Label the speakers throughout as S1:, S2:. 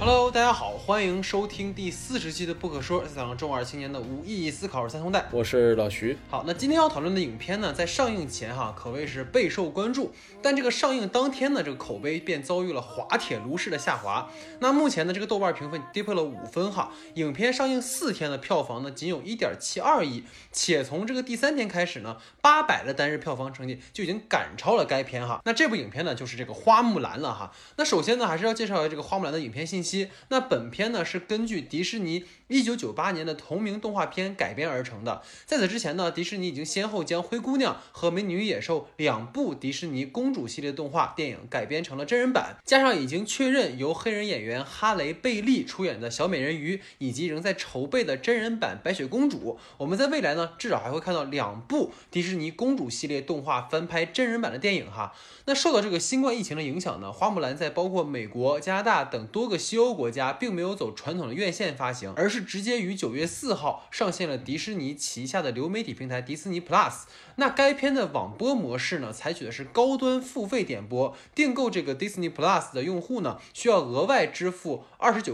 S1: Hello， 大家好，欢迎收听第40期的不可说，在讲中二青年的无意义思考三通带。
S2: 我是老徐。
S1: 好，那今天要讨论的影片呢，在上映前可谓是备受关注，但这个上映当天呢，这个口碑便遭遇了滑铁卢式的下滑。那目前呢，这个豆瓣评分跌破了5分影片上映4天的票房呢，仅有1.72亿，且从这个第3天开始呢，800的单日票房成绩就已经赶超了该片那这部影片呢，就是这个花木兰了那首先呢，还是要介绍一下这个花木兰的影片信息。那本片呢是根据迪士尼1998年的同名动画片改编而成的。在此之前呢，迪士尼已经先后将灰姑娘和美女与野兽2部迪士尼公主系列动画电影改编成了真人版，加上已经确认由黑人演员哈雷贝利出演的小美人鱼，以及仍在筹备的真人版白雪公主，我们在未来呢至少还会看到2部迪士尼公主系列动画翻拍真人版的电影那受到这个新冠疫情的影响呢，花木兰在包括美国、加拿大等多个西欧国家并没有走传统的院线发行，而是直接于9月4号上线了迪士尼旗下的流媒体平台迪士尼 Plus。 那该片的网播模式呢，采取的是高端付费点播，订购这个 Disney Plus 的用户呢，需要额外支付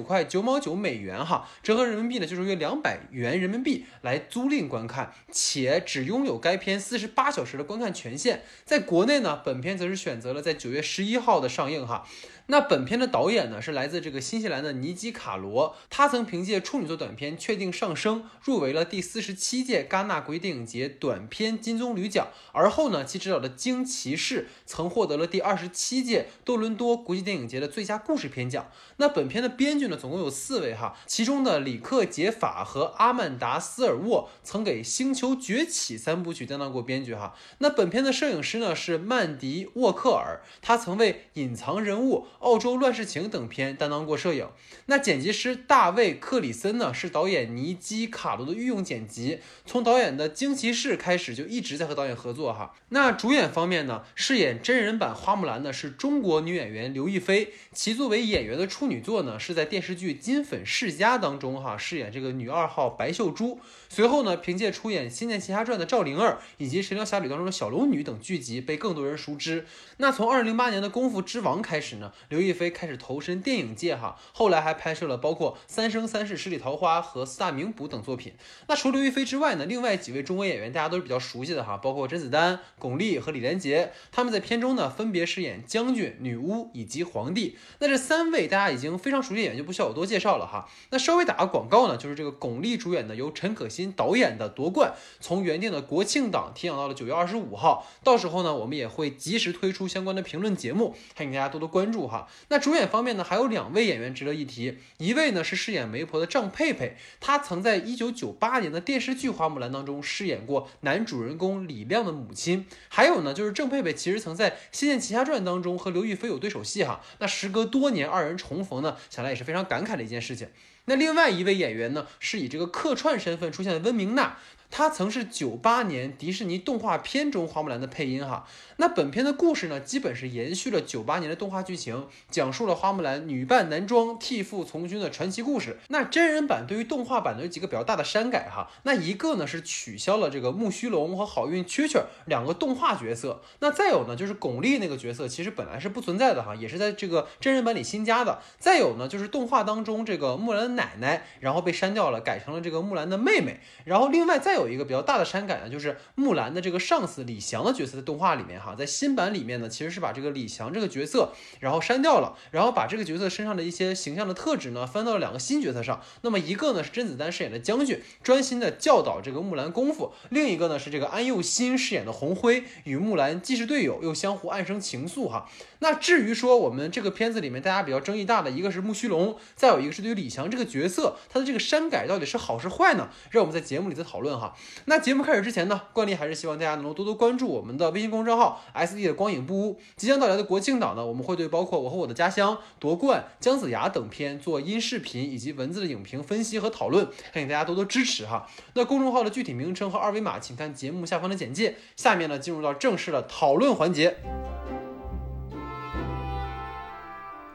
S1: $29.9折合人民币呢就是约200元人民币来租赁观看，且只拥有该片48小时的观看权限。在国内呢，本片则是选择了在9月11号的上映那本片的导演呢是来自这个新西兰的尼基卡罗，他曾凭借处女作短片《确定上升》入围了第47届戛纳国际电影节短片金棕榈奖，而后呢其执导的《惊奇士》曾获得了第27届多伦多国际电影节的最佳故事片奖。那本片的编剧呢总共有4位其中的里克杰法和阿曼达斯尔沃曾给《星球崛起》3部曲担当过编剧那本片的摄影师呢是曼迪沃克尔，他曾为《隐藏人物》、澳洲乱世情等片担当过摄影。那剪辑师大卫克里森呢是导演尼基卡罗的御用剪辑，从导演的惊奇士开始就一直在和导演合作那主演方面呢，饰演真人版花木兰的是中国女演员刘亦菲，其作为演员的处女作呢是在电视剧《金粉世家》当中饰演这个女2号白秀珠。随后呢，凭借出演《仙剑奇侠传》的赵灵儿以及《神雕侠侣》当中的小龙女等剧集被更多人熟知。那从2008年的《功夫之王》开始呢，刘亦菲开始投身电影界后来还拍摄了包括《三生三世十里桃花》和《四大名捕》等作品。那除刘亦菲之外呢，另外几位中国演员大家都是比较熟悉的包括甄子丹、巩俐和李连杰，他们在片中呢分别饰演将军、女巫以及皇帝。那这3位大家已经非常熟悉的演员就不需要我多介绍了那稍微打个广告呢，就是这个巩俐主演的由陈可辛导演的《夺冠》，从原定的国庆档提档到了9月25号，到时候呢我们也会及时推出相关的评论节目，欢迎大家多多关注那主演方面呢，还有2位演员值得一提，一位呢是饰演媒婆的张佩佩，她曾在1998年的电视剧《花木兰》当中饰演过男主人公李亮的母亲。还有呢，就是郑佩佩其实曾在《仙剑奇侠传》当中和刘亦菲有对手戏那时隔多年2人重逢呢，想来也是非常感慨的一件事情。那另外一位演员呢，是以这个客串身份出现的温明娜，他曾是98年迪士尼动画片中花木兰的配音那本片的故事呢，基本是延续了98年的动画剧情，讲述了花木兰女扮男装替父从军的传奇故事。那真人版对于动画版的有几个比较大的删改那一个呢是取消了这个木须龙和好运蛐蛐2个动画角色，那再有呢就是巩俐那个角色其实本来是不存在的也是在这个真人版里新加的。再有呢就是动画当中这个木兰的奶奶，然后被删掉了，改成了这个木兰的妹妹。然后另外再有一个比较大的删改呢，就是木兰的这个上司李翔的角色在动画里面在新版里面呢，其实是把这个李翔这个角色然后删掉了，然后把这个角色身上的一些形象的特质呢翻到了2个新角色上。那么一个呢是甄子丹饰演的将军，专心的教导这个木兰功夫；另一个呢是这个安又欣饰演的红辉，与木兰既是队友又相互暗生情愫那至于说我们这个片子里面大家比较争议大的一个是木须龙，再有一个是对于李翔这个角色他的这个删改到底是好是坏呢？让我们在节目里再讨论那节目开始之前呢，惯例还是希望大家能够多多关注我们的微信公众号 SD 的光影不污。即将到来的国庆档呢，我们会对包括我和我的家乡、夺冠、姜子牙等片做音视频以及文字的影评分析和讨论，欢迎大家多多支持那公众号的具体名称和2维码请看节目下方的简介。下面呢进入到正式的讨论环节。好，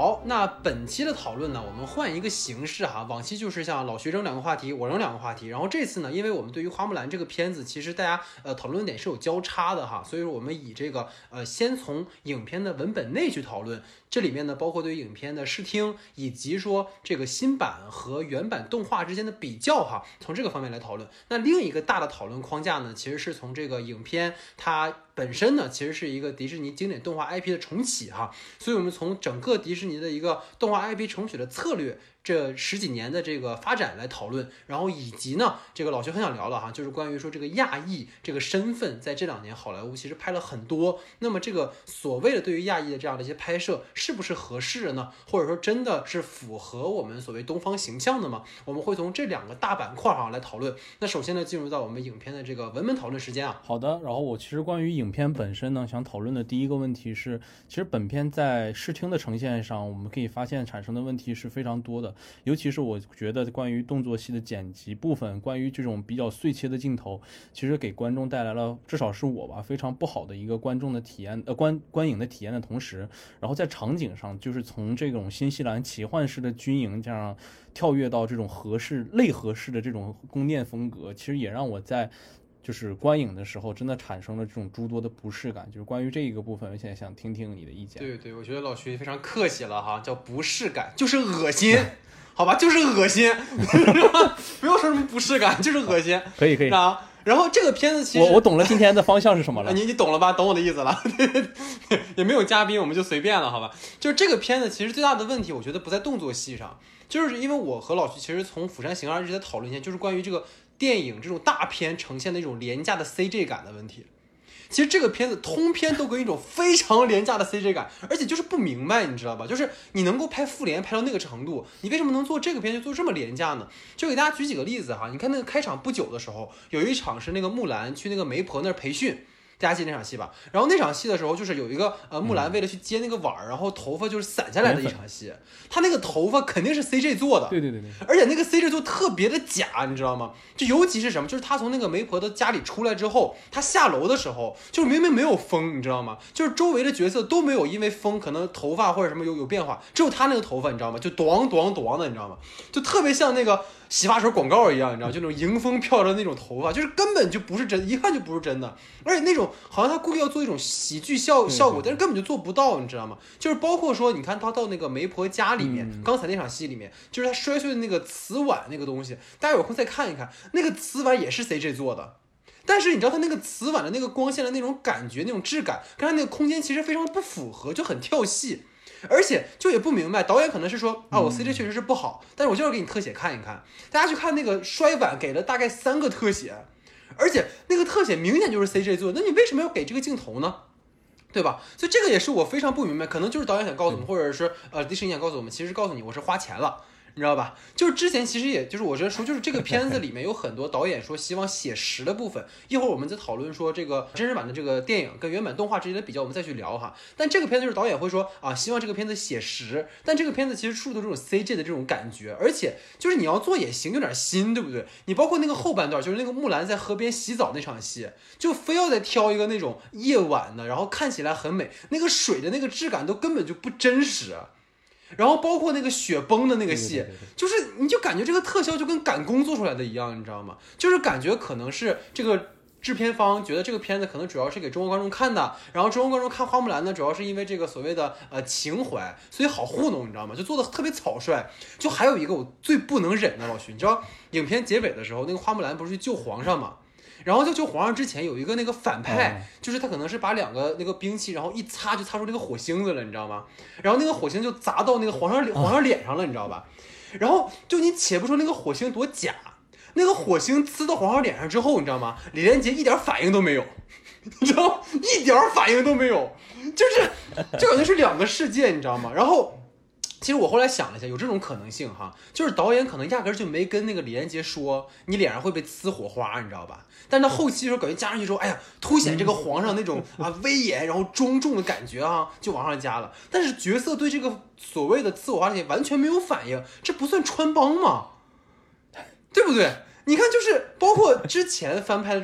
S1: 好，那本期的讨论呢，我们换一个形式哈。往期就是像老徐扔2个话题，我扔2个话题。然后这次呢，因为我们对于花木兰这个片子，其实大家讨论点是有交叉的哈，所以说我们以这个先从影片的文本内去讨论。这里面呢，包括对于影片的视听，以及说这个新版和原版动画之间的比较哈，从这个方面来讨论。那另一个大的讨论框架呢，其实是从这个影片它本身呢，其实是一个迪士尼经典动画 IP 的重启哈，所以我们从整个迪士尼的一个动画 IP 重启的策略，这10几年的这个发展来讨论，然后以及呢，这个老徐很想聊了哈，就是关于说这个亚裔这个身份，在这2年好莱坞其实拍了很多，那么这个所谓的对于亚裔的这样的一些拍摄，是不是合适的呢？或者说真的是符合我们所谓东方形象的吗？我们会从这2个大板块来讨论。那首先呢，进入到我们影片的这个文本讨论时间啊。
S2: 好的，然后我其实关于影片本身呢，想讨论的第一个问题是，其实本片在视听的呈现上，我们可以发现产生的问题是非常多的，尤其是我觉得关于动作戏的剪辑部分，关于这种比较碎切的镜头，其实给观众带来了，至少是我吧，非常不好的一个观众的体验，观影的体验的同时，然后在场景上，就是从这种新西兰奇幻式的军营这样跳跃到这种类合式的这种宫殿风格，其实也让我在就是观影的时候真的产生了这种诸多的不适感。就是关于这一个部分，我现在想听听你的意见。
S1: 对，我觉得老徐非常客气了哈，叫不适感，就是恶心。好吧，就是恶心，不要说什么不适感，就是恶心。
S2: 可以。
S1: 然后这个片子其实
S2: 我懂了今天的方向是什么了。
S1: 你懂了吧？懂我的意思了。也没有嘉宾，我们就随便了，好吧？就是这个片子其实最大的问题，我觉得不在动作戏上，就是因为我和老徐其实从《釜山行》一直在讨论一下，就是关于这个电影这种大片呈现的一种廉价的 CG 感的问题。其实这个片子通篇都给一种非常廉价的 CG 感，而且就是不明白，你知道吧？就是你能够拍复联拍到那个程度，你为什么能做这个片就做这么廉价呢？就给大家举几个例子哈，你看那个开场不久的时候，有一场是那个木兰去那个媒婆那儿培训。大家记得那场戏吧？然后那场戏的时候，就是有一个木兰为了去接那个碗，然后头发就是散下来的一场戏。他那个头发肯定是 CG 做的，
S2: 对，
S1: 而且那个 CG 做特别的假，你知道吗？就尤其是什么，就是他从那个媒婆的家里出来之后，他下楼的时候，就是明明没有风，你知道吗？就是周围的角色都没有因为风可能头发或者什么有变化，只有他那个头发，你知道吗？就咚的，你知道吗？就特别像那个洗发水广告一样，你知道，就那种迎风飘着那种头发，就是根本就不是真，一看就不是真的，而且那种好像他故意要做一种喜剧效果，但是根本就做不到，你知道吗？就是包括说，你看他到那个媒婆家里面，刚才那场戏里面，就是他摔碎的那个瓷碗那个东西，大家有空再看一看，那个瓷碗也是 CG 做的。但是你知道它那个瓷碗的那个光线的那种感觉、那种质感，跟它那个空间其实非常不符合，就很跳戏。而且就也不明白，导演可能是说啊，我 CG 确实是不好，但是我就是给你特写看一看。大家去看那个摔碗，给了大概3个特写，而且那个特写明显就是 CG 做的，那你为什么要给这个镜头呢？对吧？所以这个也是我非常不明白，可能就是导演想告诉我们，或者是迪士尼想告诉我们，其实告诉你我是花钱了。你知道吧？就是之前其实也就是我觉得说，就是这个片子里面有很多导演说希望写实的部分。一会儿我们再讨论说这个真人版的这个电影跟原版动画之间的比较，我们再去聊哈。但这个片子就是导演会说啊，希望这个片子写实，但这个片子其实处的这种 CG 的这种感觉，而且就是你要做也行，有点新，对不对？你包括那个后半段，就是那个木兰在河边洗澡那场戏，就非要再挑一个那种夜晚的，然后看起来很美，那个水的那个质感都根本就不真实。然后包括那个雪崩的那个戏，就是你就感觉这个特效就跟赶工做出来的一样，你知道吗？就是感觉可能是这个制片方觉得这个片子可能主要是给中国观众看的，然后中国观众看花木兰呢，主要是因为这个所谓的情怀，所以好糊弄，你知道吗？就做的特别草率。就还有一个我最不能忍的，老徐，你知道影片结尾的时候，那个花木兰不是去救皇上吗？然后在救皇上之前有一个那个反派，就是他可能是把2个那个兵器，然后一擦就擦出那个火星子了，你知道吗？然后那个火星就砸到那个皇上脸上了，你知道吧？然后就你且不说那个火星多假，那个火星呲到皇上脸上之后，你知道吗？李连杰一点反应都没有，你知道，一点反应都没有，就感觉是2个世界，你知道吗？然后。其实我后来想了一下，有这种可能性哈，就是导演可能压根就没跟那个李连杰说你脸上会被呲火花，你知道吧？但是他后期的时候感觉加上去之后，哎呀，凸显这个皇上那种威严然后庄重的感觉啊，就往上加了。但是角色对这个所谓的呲火花也完全没有反应，这不算穿帮吗？对不对？你看，就是包括之前翻拍的这种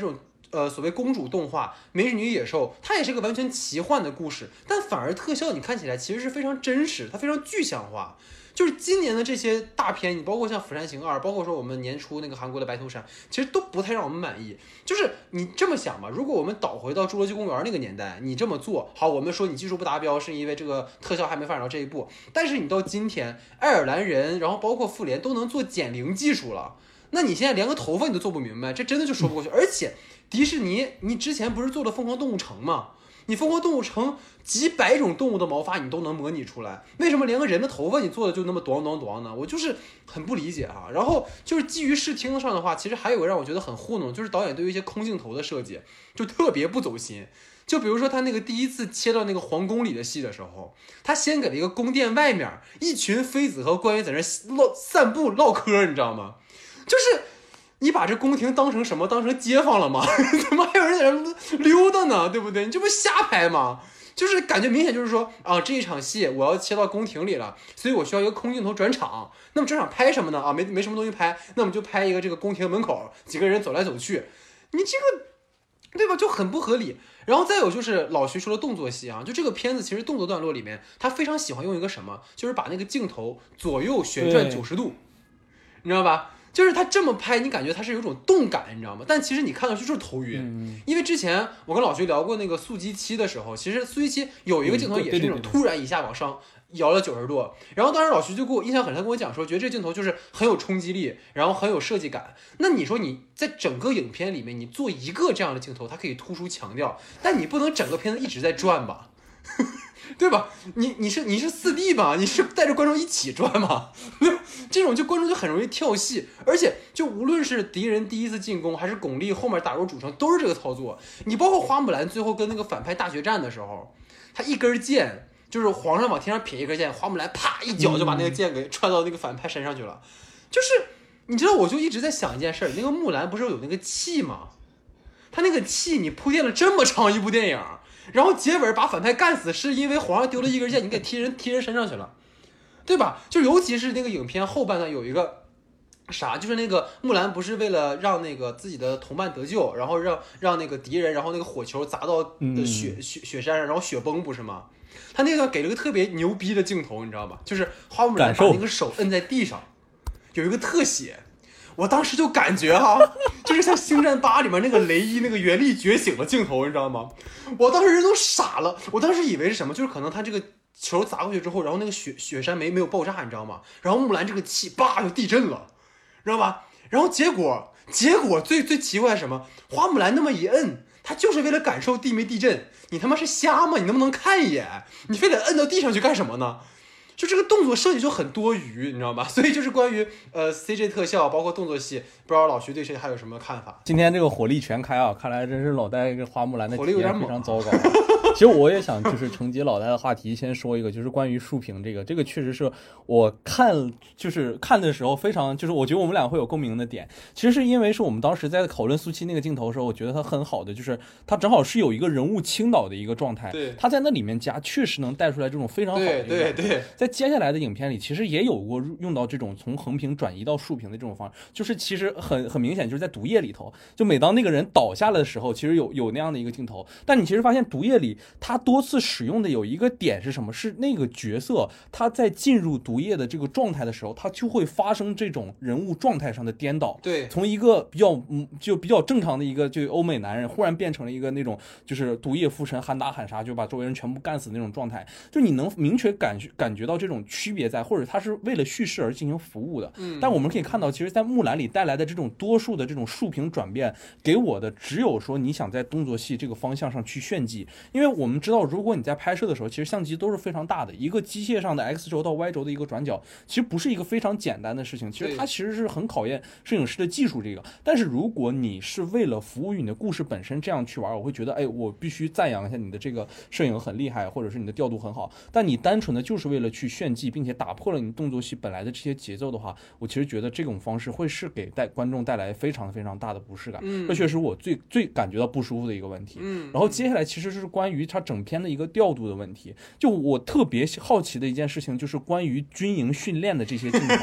S1: 所谓公主动画《美女与野兽》，它也是个完全奇幻的故事，但反而特效你看起来其实是非常真实，它非常具象化。就是今年的这些大片，你包括像《釜山行2》，包括说我们年初那个韩国的《白头山》，其实都不太让我们满意。就是你这么想吧，如果我们倒回到《侏罗纪公园》那个年代，你这么做好，我们说你技术不达标，是因为这个特效还没发展到这一步。但是你到今天，爱尔兰人，然后包括复联都能做减龄技术了，那你现在连个头发你都做不明白，这真的就说不过去。而且迪士尼，你之前不是做了《疯狂动物城》吗？你疯狂动物城几百种动物的毛发你都能模拟出来，为什么连个人的头发你做的就那么短呢？我就是很不理解哈。然后就是基于视听上的话，其实还有个让我觉得很糊弄，就是导演对于一些空镜头的设计就特别不走心。就比如说他那个第一次切到那个皇宫里的戏的时候，他先给了一个宫殿外面一群妃子和官员在那散步唠嗑，你知道吗？就是你把这宫廷当成什么？当成街坊了吗？怎么还有人在这溜达呢？对不对？你这不瞎拍吗？就是感觉明显就是说啊，这一场戏我要切到宫廷里了，所以我需要一个空镜头转场。那么转场拍什么呢？啊，没什么东西拍，那我们就拍一个这个宫廷门口几个人走来走去，你这个对吧？就很不合理。然后再有就是老徐说的动作戏啊，就这个片子其实动作段落里面，他非常喜欢用一个什么，就是把那个镜头左右旋转90度，你知道吧？就是他这么拍，你感觉他是有种动感，你知道吗？但其实你看上去就是头晕。因为之前我跟老徐聊过那个速激7的时候，其实速激7有一个镜头也是那种突然一下往上摇了90度，然后当时老徐就给我印象很深，跟我讲说，觉得这镜头就是很有冲击力，然后很有设计感。那你说你在整个影片里面，你做一个这样的镜头，它可以突出强调，但你不能整个片子一直在转吧？对吧？你是4D 吧？你是带着观众一起转吗？这种就观众就很容易跳戏，而且就无论是敌人第一次进攻，还是巩俐后面打入主城，都是这个操作。你包括花木兰最后跟那个反派大决战的时候，他一根箭，就是皇上往天上撇一根箭，花木兰啪一脚就把那个箭给穿到那个反派身上去了。就是你知道，我就一直在想一件事，那个木兰不是有那个气吗？他那个气你铺垫了这么长一部电影，然后结尾把反派干死，是因为皇上丢了一根箭，你给踢人身上去了，对吧？就尤其是那个影片后半段有一个啥，就是那个木兰不是为了让那个自己的同伴得救，然后让那个敌人，然后那个火球砸到雪山上，然后雪崩不是吗？他那个给了个特别牛逼的镜头，你知道吧？就是花木兰把那个手摁在地上，有一个特写。我当时就感觉就是像《星战8》里面那个雷伊那个原力觉醒的镜头，你知道吗？我当时人都傻了，我当时以为是什么，就是可能他这个球砸过去之后，然后那个雪山没有爆炸，你知道吗？然后木兰这个气叭就地震了，知道吧？然后结果最奇怪是什么？花木兰那么一摁，他就是为了感受地没地震。你他妈是瞎吗？你能不能看一眼？你非得摁到地上去干什么呢？就这个动作设计就很多余，你知道吧？所以就是关于CG 特效，包括动作戏，不知道老徐对这还有什么看法？
S2: 今天这个火力全开啊，看来真是老戴跟花木兰的体验非常糟糕。其实我也想就是承接老戴的话题，先说一个，就是关于竖屏这个确实是我看的时候非常，就是我觉得我们俩会有共鸣的点。其实是因为是我们当时在讨论苏七那个镜头的时候，我觉得它很好的，就是它正好是有一个人物倾倒的一个状态，
S1: 对，
S2: 它在那里面加，确实能带出来这种非常好的。
S1: 对。
S2: 在接下来的影片里，其实也有过用到这种从横屏转移到竖屏的这种方式，就是其实很明显，就是在毒液里头，就每当那个人倒下来的时候，其实有那样的一个镜头。但你其实发现毒液里他多次使用的有一个点是什么？是那个角色他在进入毒液的这个状态的时候，他就会发生这种人物状态上的颠倒。
S1: 对，
S2: 从一个比较正常的一个就欧美男人，忽然变成了一个那种就是毒液附身，喊打喊杀，就把周围人全部干死的那种状态。就你能明确感觉到这种区别在，或者他是为了叙事而进行服务的。但我们可以看到，其实在木兰里带来的这种多数的这种竖屏转变，给我的只有说你想在动作戏这个方向上去炫技。因为我们知道，如果你在拍摄的时候，其实相机都是非常大的，一个机械上的 X 轴到 Y 轴的一个转角，其实不是一个非常简单的事情，其实它其实是很考验摄影师的技术这个。但是如果你是为了服务于你的故事本身这样去玩，我会觉得我必须赞扬一下你的这个摄影很厉害，或者是你的调度很好。但你单纯的就是为了去炫技，并且打破了你动作戏本来的这些节奏的话，我其实觉得这种方式会是给观众带来非常非常大的不适感。这确实我最感觉到不舒服的一个问题。然后接下来其实是关于它整篇的一个调度的问题。就我特别好奇的一件事情，就是关于军营训练的这些镜头。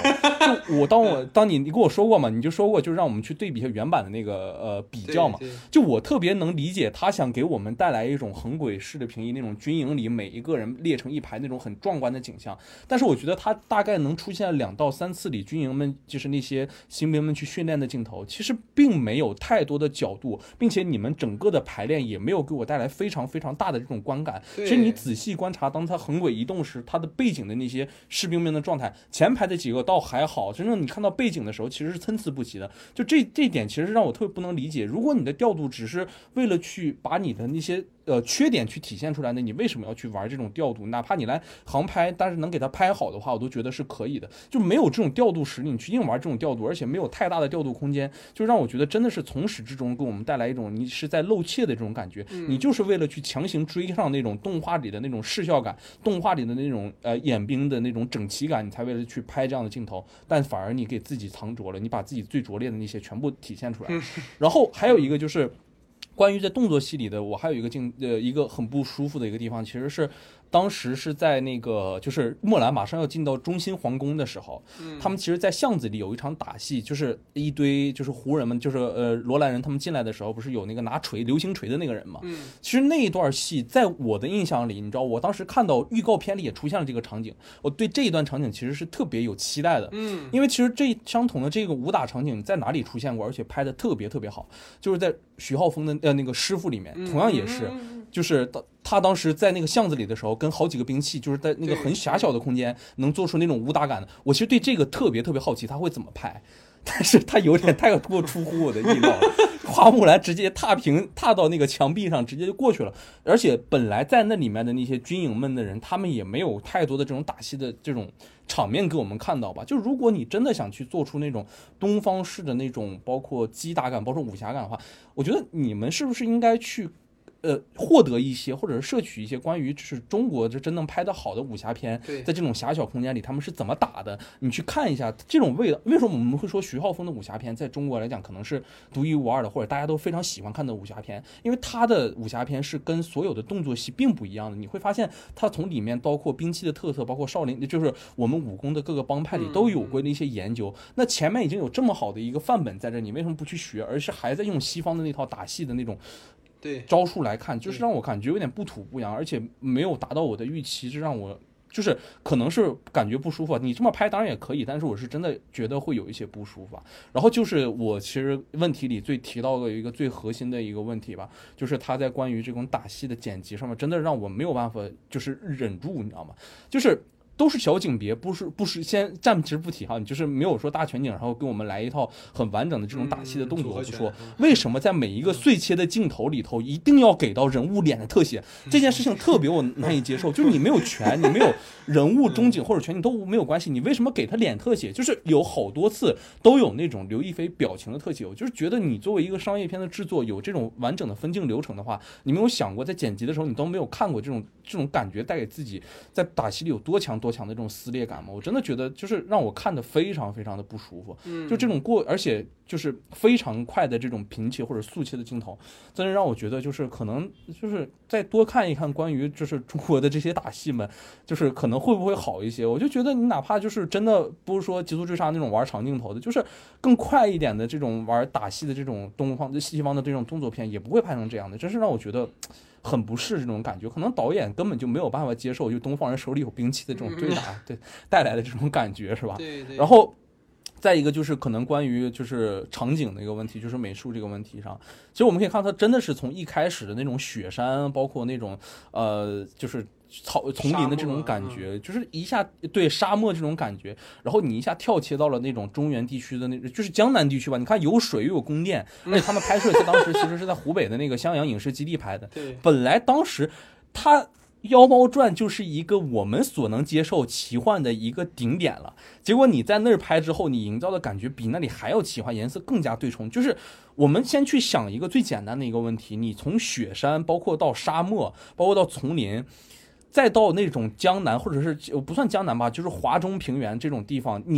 S2: 当你跟我说过嘛，你就说过就让我们去对比一下原版的那个比较嘛，就我特别能理解他想给我们带来一种横轨式的平移，那种军营里每一个人列成一排那种很壮观的景象，但是我觉得他大概能出现2到3次里军营们就是那些新兵们去训练的镜头，其实并没有太多的角度，并且你们整个的排练也没有给我带来非常非常大的这种观感。其实你仔细观察，当他横轨移动时，他的背景的那些士兵们的状态，前排的几个倒还好，真正你看到背景的时候，其实是参差不齐的。就这一点，其实让我特别不能理解。如果你的调度只是为了去把你的那些缺点去体现出来呢，你为什么要去玩这种调度？哪怕你来航拍，但是能给它拍好的话，我都觉得是可以的。就没有这种调度实力，你去硬玩这种调度，而且没有太大的调度空间，就让我觉得真的是从始至终给我们带来一种你是在露怯的这种感觉。你就是为了去强行追上那种动画里的那种视效感，动画里的那种演兵的那种整齐感，你才为了去拍这样的镜头，但反而你给自己藏拙了，你把自己最拙劣的那些全部体现出来。然后还有一个就是关于在动作戏里的，我还有一个很不舒服的一个地方，其实是当时是在那个就是莫兰马上要进到中心皇宫的时候，他们其实在巷子里有一场打戏，就是一堆就是胡人们，就是罗兰人他们进来的时候，不是有那个拿锤流星锤的那个人嘛？其实那一段戏在我的印象里，你知道，我当时看到预告片里也出现了这个场景，我对这一段场景其实是特别有期待的，因为其实这相同的这个武打场景在哪里出现过，而且拍的特别特别好，就是在徐浩峰的那个师傅里面，同样也是，就是他当时在那个巷子里的时候，跟好几个兵器，就是在那个很狭小的空间能做出那种武打感的。我其实对这个特别特别好奇，他会怎么拍，但是他有点太过出乎我的意料了。花木兰直接踏到那个墙壁上，直接就过去了。而且本来在那里面的那些军营们的人，他们也没有太多的这种打戏的这种场面给我们看到吧。就如果你真的想去做出那种东方式的那种，包括击打感，包括武侠感的话，我觉得你们是不是应该去获得一些，或者是摄取一些关于就是中国这真正拍的好的武侠片，在这种狭小空间里他们是怎么打的，你去看一下这种味道。为什么我们会说徐浩峰的武侠片在中国来讲可能是独一无二的，或者大家都非常喜欢看的武侠片？因为他的武侠片是跟所有的动作戏并不一样的，你会发现他从里面包括兵器的特色，包括少林，就是我们武功的各个帮派里都有过的一些研究。那前面已经有这么好的一个范本在这，你为什么不去学，而是还在用西方的那套打戏的那种招数来看，就是让我感觉有点不土不洋，而且没有达到我的预期，这让我就是可能是感觉不舒服。你这么拍当然也可以，但是我是真的觉得会有一些不舒服。然后就是我其实问题里最提到的一个最核心的一个问题吧，就是他在关于这种打戏的剪辑上面，真的让我没有办法就是忍住，你知道吗？就是都是小景别，不是先暂时不提哈，你就是没有说大全景，然后给我们来一套很完整的这种打戏的动作。我不说为什么在每一个碎切的镜头里头一定要给到人物脸的特写，这件事情特别我难以接受。就是你没有全，你没有人物中景或者全景都没有关系，你为什么给他脸特写？就是有好多次都有那种刘亦菲表情的特写，我就是觉得你作为一个商业片的制作，有这种完整的分镜流程的话，你没有想过在剪辑的时候你都没有看过这种感觉带给自己在打戏里有多强的这种撕裂感吗？我真的觉得就是让我看得非常非常的不舒服。就这种而且就是非常快的这种平切或者速切的镜头，真的让我觉得就是可能就是再多看一看关于就是中国的这些打戏们，就是可能会不会好一些。我就觉得你哪怕就是真的不是说极速追杀那种玩长镜头的，就是更快一点的这种玩打戏的这种西方的这种动作片，也不会拍成这样的，真是让我觉得很不适这种感觉。可能导演根本就没有办法接受就东方人手里有兵器的这种对打对带来的这种感觉，是吧？
S1: 对。
S2: 然后再一个就是可能关于就是场景的一个问题，就是美术这个问题上，其实我们可以看到它真的是从一开始的那种雪山，包括那种就是丛林的这种感觉，就是一下对沙漠这种感觉，然后你一下跳切到了那种中原地区的就是江南地区吧。你看有水又有宫殿，而且他们拍摄在当时其实是在湖北的那个襄阳影视基地拍的。
S1: 对，
S2: 本来当时他妖猫传就是一个我们所能接受奇幻的一个顶点了，结果你在那儿拍之后，你营造的感觉比那里还要奇幻，颜色更加对冲。就是我们先去想一个最简单的一个问题，你从雪山包括到沙漠，包括到丛林，再到那种江南，或者是不算江南吧，就是华中平原这种地方，你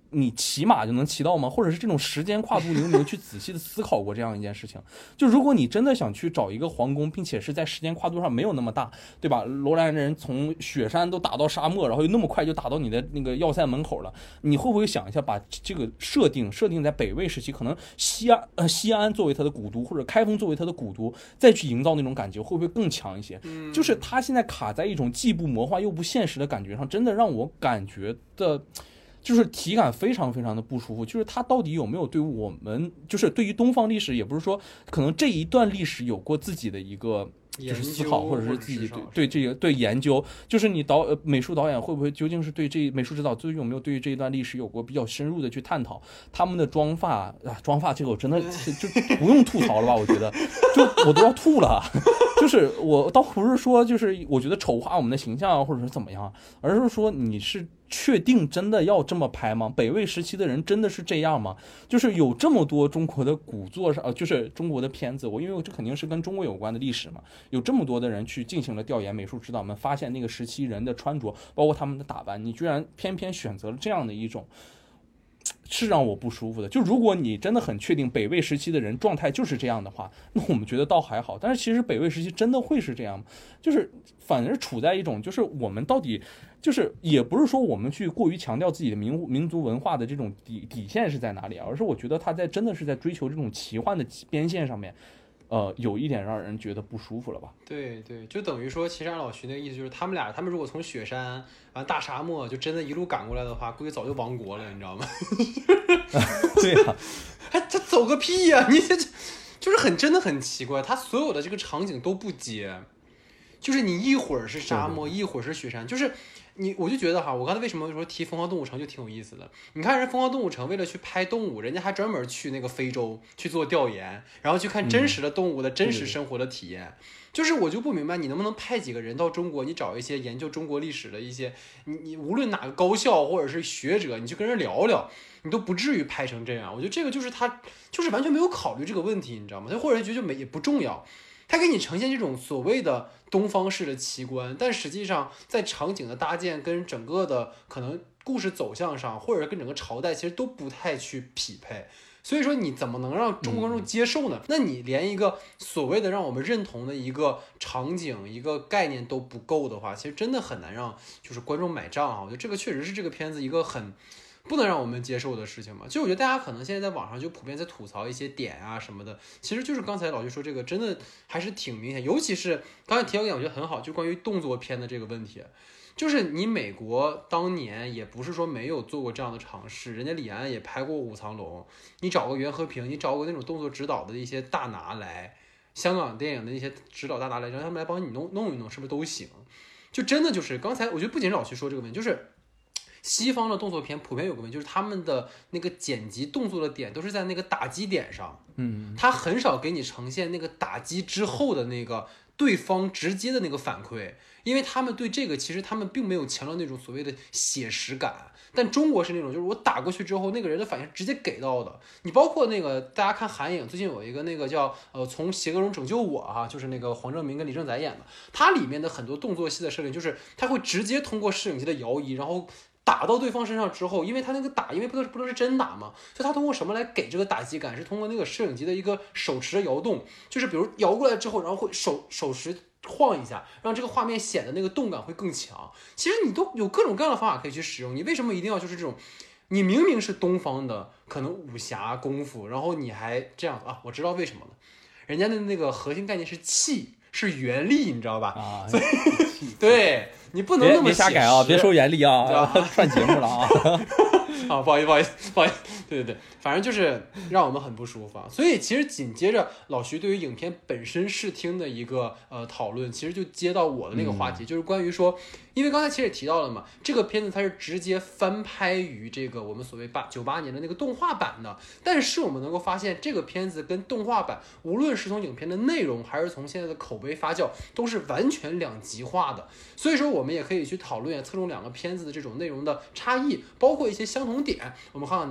S2: 你骑马就能骑到吗？或者是这种时间跨度，你有没有去仔细的思考过这样一件事情？就如果你真的想去找一个皇宫，并且是在时间跨度上没有那么大，对吧？罗兰人从雪山都打到沙漠，然后又那么快就打到你的那个要塞门口了，你会不会想一下，把这个设定在北魏时期，可能西安作为它的古都，或者开封作为它的古都，再去营造那种感觉，会不会更强一些？就是它现在卡在一种既不魔幻又不现实的感觉上，真的让我感觉的。就是体感非常非常的不舒服，就是它到底有没有对我们，就是对于东方历史，也不是说可能这一段历史有过自己的一个就是思考，或者是自己对这个对研究，就是你美术导演会不会究竟是对这美术指导究竟有没有对于这一段历史有过比较深入的去探讨？他们的妆发这个我真的就不用吐槽了吧？我觉得就我都要吐了。就是我倒不是说就是我觉得丑化我们的形象或者是怎么样，而是说你是确定真的要这么拍吗？北魏时期的人真的是这样吗？就是有这么多中国的古作上，就是中国的片子，因为这肯定是跟中国有关的历史嘛，有这么多的人去进行了调研，美术指导们发现那个时期人的穿着，包括他们的打扮，你居然偏偏选择了这样的一种。是让我不舒服的。就如果你真的很确定北魏时期的人状态就是这样的话，那我们觉得倒还好。但是其实北魏时期真的会是这样吗？就是反而处在一种就是我们到底就是也不是说我们去过于强调自己的民族文化的这种底线是在哪里，而是我觉得他真的是在追求这种奇幻的边线上面。有一点让人觉得不舒服了吧？
S1: 对对，就等于说，其实按老徐那个意思就是，他们如果从雪山大沙漠就真的一路赶过来的话，估计早就亡国了，你知道吗？
S2: 对啊，
S1: 他走个屁呀、你这就是真的很奇怪，他所有的这个场景都不接，就是你一会儿是沙漠，一会儿是雪山，就是我就觉得哈，我刚才为什么说提疯狂动物城就挺有意思的？你看人疯狂动物城为了去拍动物，人家还专门去那个非洲去做调研，然后去看真实的动物的真实生活的体验。就是我就不明白，你能不能派几个人到中国，你找一些研究中国历史的一些，你无论哪个高校或者是学者，你去跟人聊聊，你都不至于拍成这样。我觉得这个就是他就是完全没有考虑这个问题，你知道吗？他或者觉得也不重要。它给你呈现这种所谓的东方式的奇观，但实际上在场景的搭建跟整个的可能故事走向上，或者跟整个朝代其实都不太去匹配。所以说你怎么能让中国观众接受呢？那你连一个所谓的让我们认同的一个场景、一个概念都不够的话，其实真的很难让就是观众买账啊。我觉得这个确实是这个片子一个很不能让我们接受的事情嘛。就我觉得大家可能现在在网上就普遍在吐槽一些点啊什么的，其实就是刚才老徐说这个真的还是挺明显，尤其是刚才提到一点我觉得很好，就关于动作片的这个问题。就是你美国当年也不是说没有做过这样的尝试，人家李安也拍过《武藏龙》，你找个袁和平，你找个那种动作指导的一些大拿来，香港电影的那些指导大拿来，让他们来帮你弄一弄，是不是都行？就真的就是刚才我觉得不仅是老徐说这个问题，就是西方的动作片普遍有个问题，就是他们的那个剪辑动作的点都是在那个打击点上，他很少给你呈现那个打击之后的那个对方直接的那个反馈，因为他们对这个其实他们并没有强调那种所谓的写实感，但中国是那种就是我打过去之后那个人的反应直接给到的。你包括那个大家看韩影，最近有一个那个叫从邪恶中拯救我啊，就是那个黄正明跟李正宰演的，它里面的很多动作戏的设定就是他会直接通过摄影机的摇移，然后打到对方身上之后，因为他那个打，因为不都是真打嘛，所以他通过什么来给这个打击感？是通过那个摄影机的一个手持的摇动，就是比如摇过来之后，然后会手持晃一下，让这个画面显得那个动感会更强。其实你都有各种各样的方法可以去使用，你为什么一定要就是这种？你明明是东方的可能武侠功夫，然后你还这样啊？我知道为什么了，人家的那个核心概念是气。是原力，你知道吧？
S2: 啊，
S1: 所以对你不能那么
S2: 别瞎改啊，别说原力啊，串节目了啊！
S1: 啊，不好意思，对，反正就是让我们很不舒服啊。所以其实紧接着老徐对于影片本身视听的一个讨论，其实就接到我的那个话题，就是关于说，因为刚才其实也提到了嘛，这个片子它是直接翻拍于这个我们所谓98年的那个动画版的，但是我们能够发现这个片子跟动画版，无论是从影片的内容，还是从现在的口碑发酵，都是完全两极化的。所以说我们也可以去讨论侧重两个片子的这种内容的差异，包括一些相同点，我们看看能不能总结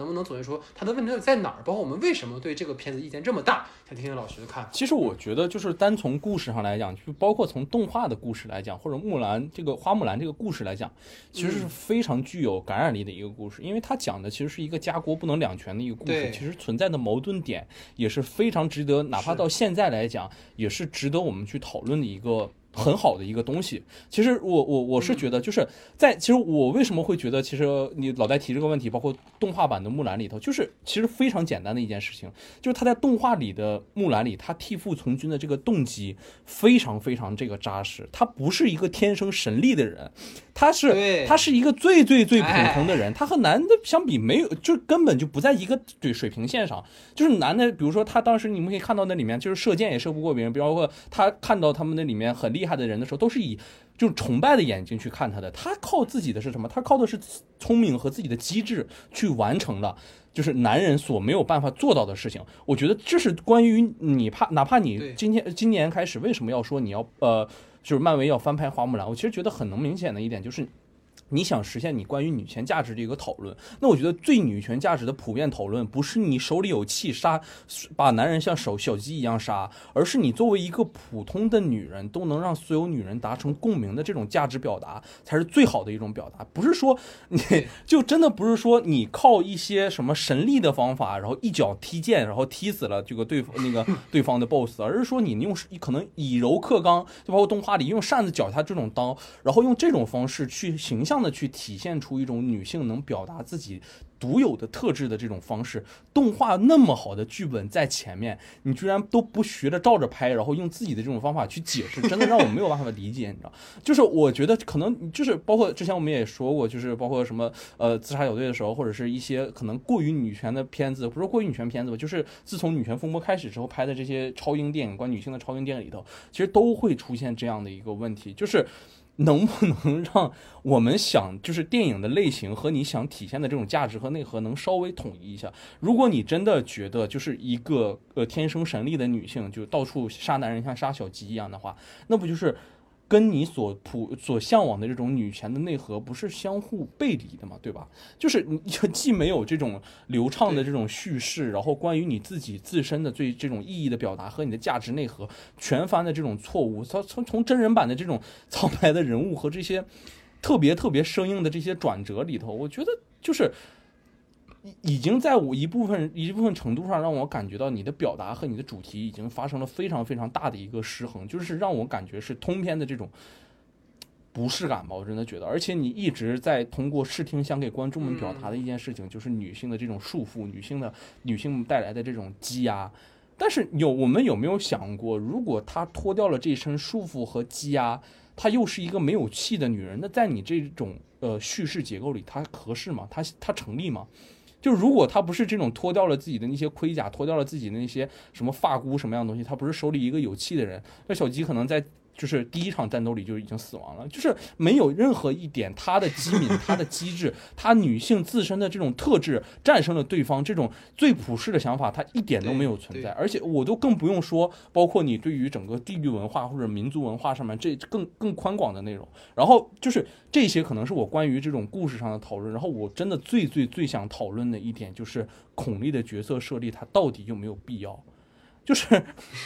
S1: 说它的问题在哪儿，包括我们为什么对这个片子意见这么大，想听听老徐的看法。
S2: 其实我觉得就是单从故事上来讲，就包括从动画的故事来讲，或者花木兰这个故事来讲，其实是非常具有感染力的一个故事，因为它讲的其实是一个家国不能两全的一个故事，其实存在的矛盾点也是非常值得，哪怕到现在来讲，也是值得我们去讨论的一个很好的一个东西。其实我是觉得，就是其实我为什么会觉得，其实你老在提这个问题，包括动画版的木兰里头，就是其实非常简单的一件事情，就是他在动画里的木兰里，他替父从军的这个动机非常非常这个扎实，他不是一个天生神力的人，他是一个最最最普通的人，他和男的相比没有，就根本就不在一个水平线上。就是男的，比如说他当时你们可以看到那里面，就是射箭也射不过别人，包括他看到他们那里面很厉害的人的时候，都是以就是崇拜的眼睛去看他的。他靠自己的是什么？他靠的是聪明和自己的机智去完成了就是男人所没有办法做到的事情。我觉得这是关于你哪怕你今年开始为什么要说你要就是漫威要翻拍花木兰，我其实觉得很能明显的一点就是，你想实现你关于女权价值的一个讨论，那我觉得最女权价值的普遍讨论不是你手里有气把男人像小鸡一样杀，而是你作为一个普通的女人都能让所有女人达成共鸣的这种价值表达才是最好的一种表达。不是说你就真的不是说你靠一些什么神力的方法，然后一脚踢剑，然后踢死了这个对方的 boss， 而是说你用可能以柔克刚，就包括动画里用扇子绞下这种刀，然后用这种方式去形象的去体现出一种女性能表达自己独有的特质的这种方式。动画那么好的剧本在前面，你居然都不学着照着拍，然后用自己的这种方法去解释，真的让我没有办法理解，你知道？就是我觉得可能就是包括之前我们也说过，就是包括什么自杀小队的时候，或者是一些可能过于女权的片子，不是过于女权片子吧，就是自从女权风波开始之后拍的这些超英电影，关于女性的超英电影里头，其实都会出现这样的一个问题，就是能不能让我们就是电影的类型和你想体现的这种价值和内核能稍微统一一下？如果你真的觉得就是一个天生神力的女性就到处杀男人像杀小鸡一样的话，那不就是跟你所向往的这种女权的内核不是相互背离的嘛，对吧？就是你既没有这种流畅的这种叙事，然后关于你自己自身的这种意义的表达和你的价值内核全翻的这种错误，从真人版的这种苍白的人物和这些特别特别生硬的这些转折里头，我觉得就是已经在我一部分程度上让我感觉到你的表达和你的主题已经发生了非常非常大的一个失衡，就是让我感觉是通篇的这种不适感吧，我真的觉得。而且你一直在通过视听想给观众们表达的一件事情，就是女性的这种束缚，女性带来的这种积压。但是我们有没有想过，如果她脱掉了这身束缚和积压，她又是一个没有气的女人，那在你这种叙事结构里，她合适吗？她成立吗？就如果他不是这种脱掉了自己的那些盔甲，脱掉了自己的那些什么发箍什么样的东西，他不是手里一个有气的人，那小鸡可能在就是第一场战斗里就已经死亡了，就是没有任何一点他的机敏、他的机智、他女性自身的这种特质战胜了对方，这种最普世的想法他一点都没有存在。而且我都更不用说包括你对于整个地域文化或者民族文化上面这更宽广的内容，然后就是这些可能是我关于这种故事上的讨论。然后我真的最想讨论的一点就是孔丽的角色设立，它到底有没有必要？就是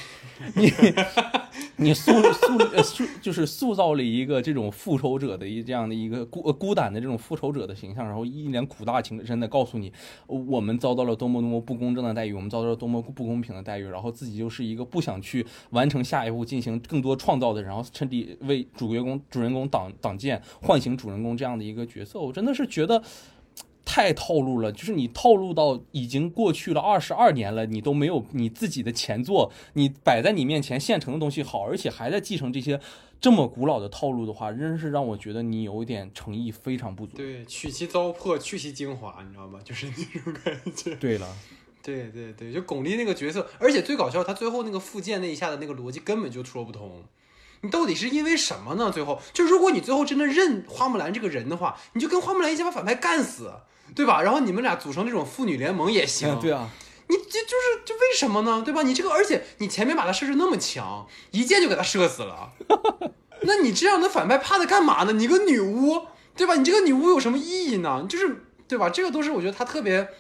S2: 你就是塑造了一个这种复仇者的这样的一个孤胆的这种复仇者的形象，然后一脸苦大情深的告诉你，我们遭到了多么不公正的待遇，我们遭到了多么不公平的待遇，然后自己就是一个不想去完成下一步进行更多创造的人，然后趁机为主人公挡箭，唤醒主人公这样的一个角色。我真的是觉得太套路了，就是你套路到已经过去了22年了，你都没有你自己的前作，你摆在你面前现成的东西好，而且还在继承这些这么古老的套路的话，真是让我觉得你有一点诚意非常不足。
S1: 对，取其糟粕，去其精华，你知道吗？就是那种感觉。
S2: 对了，
S1: 对，就巩俐那个角色，而且最搞笑，他最后那个复健那一下的那个逻辑根本就说不通。你到底是因为什么呢？最后就如果你最后真的认花木兰这个人的话，你就跟花木兰一起把反派干死，对吧？然后你们俩组成这种妇女联盟也行。
S2: 对啊，
S1: 你就为什么呢？对吧？你这个，而且你前面把他设置那么强，一箭就给他射死了，那你这样的反派怕他干嘛呢？你个女巫，对吧？你这个女巫有什么意义呢？就是对吧？这个都是我觉得他特别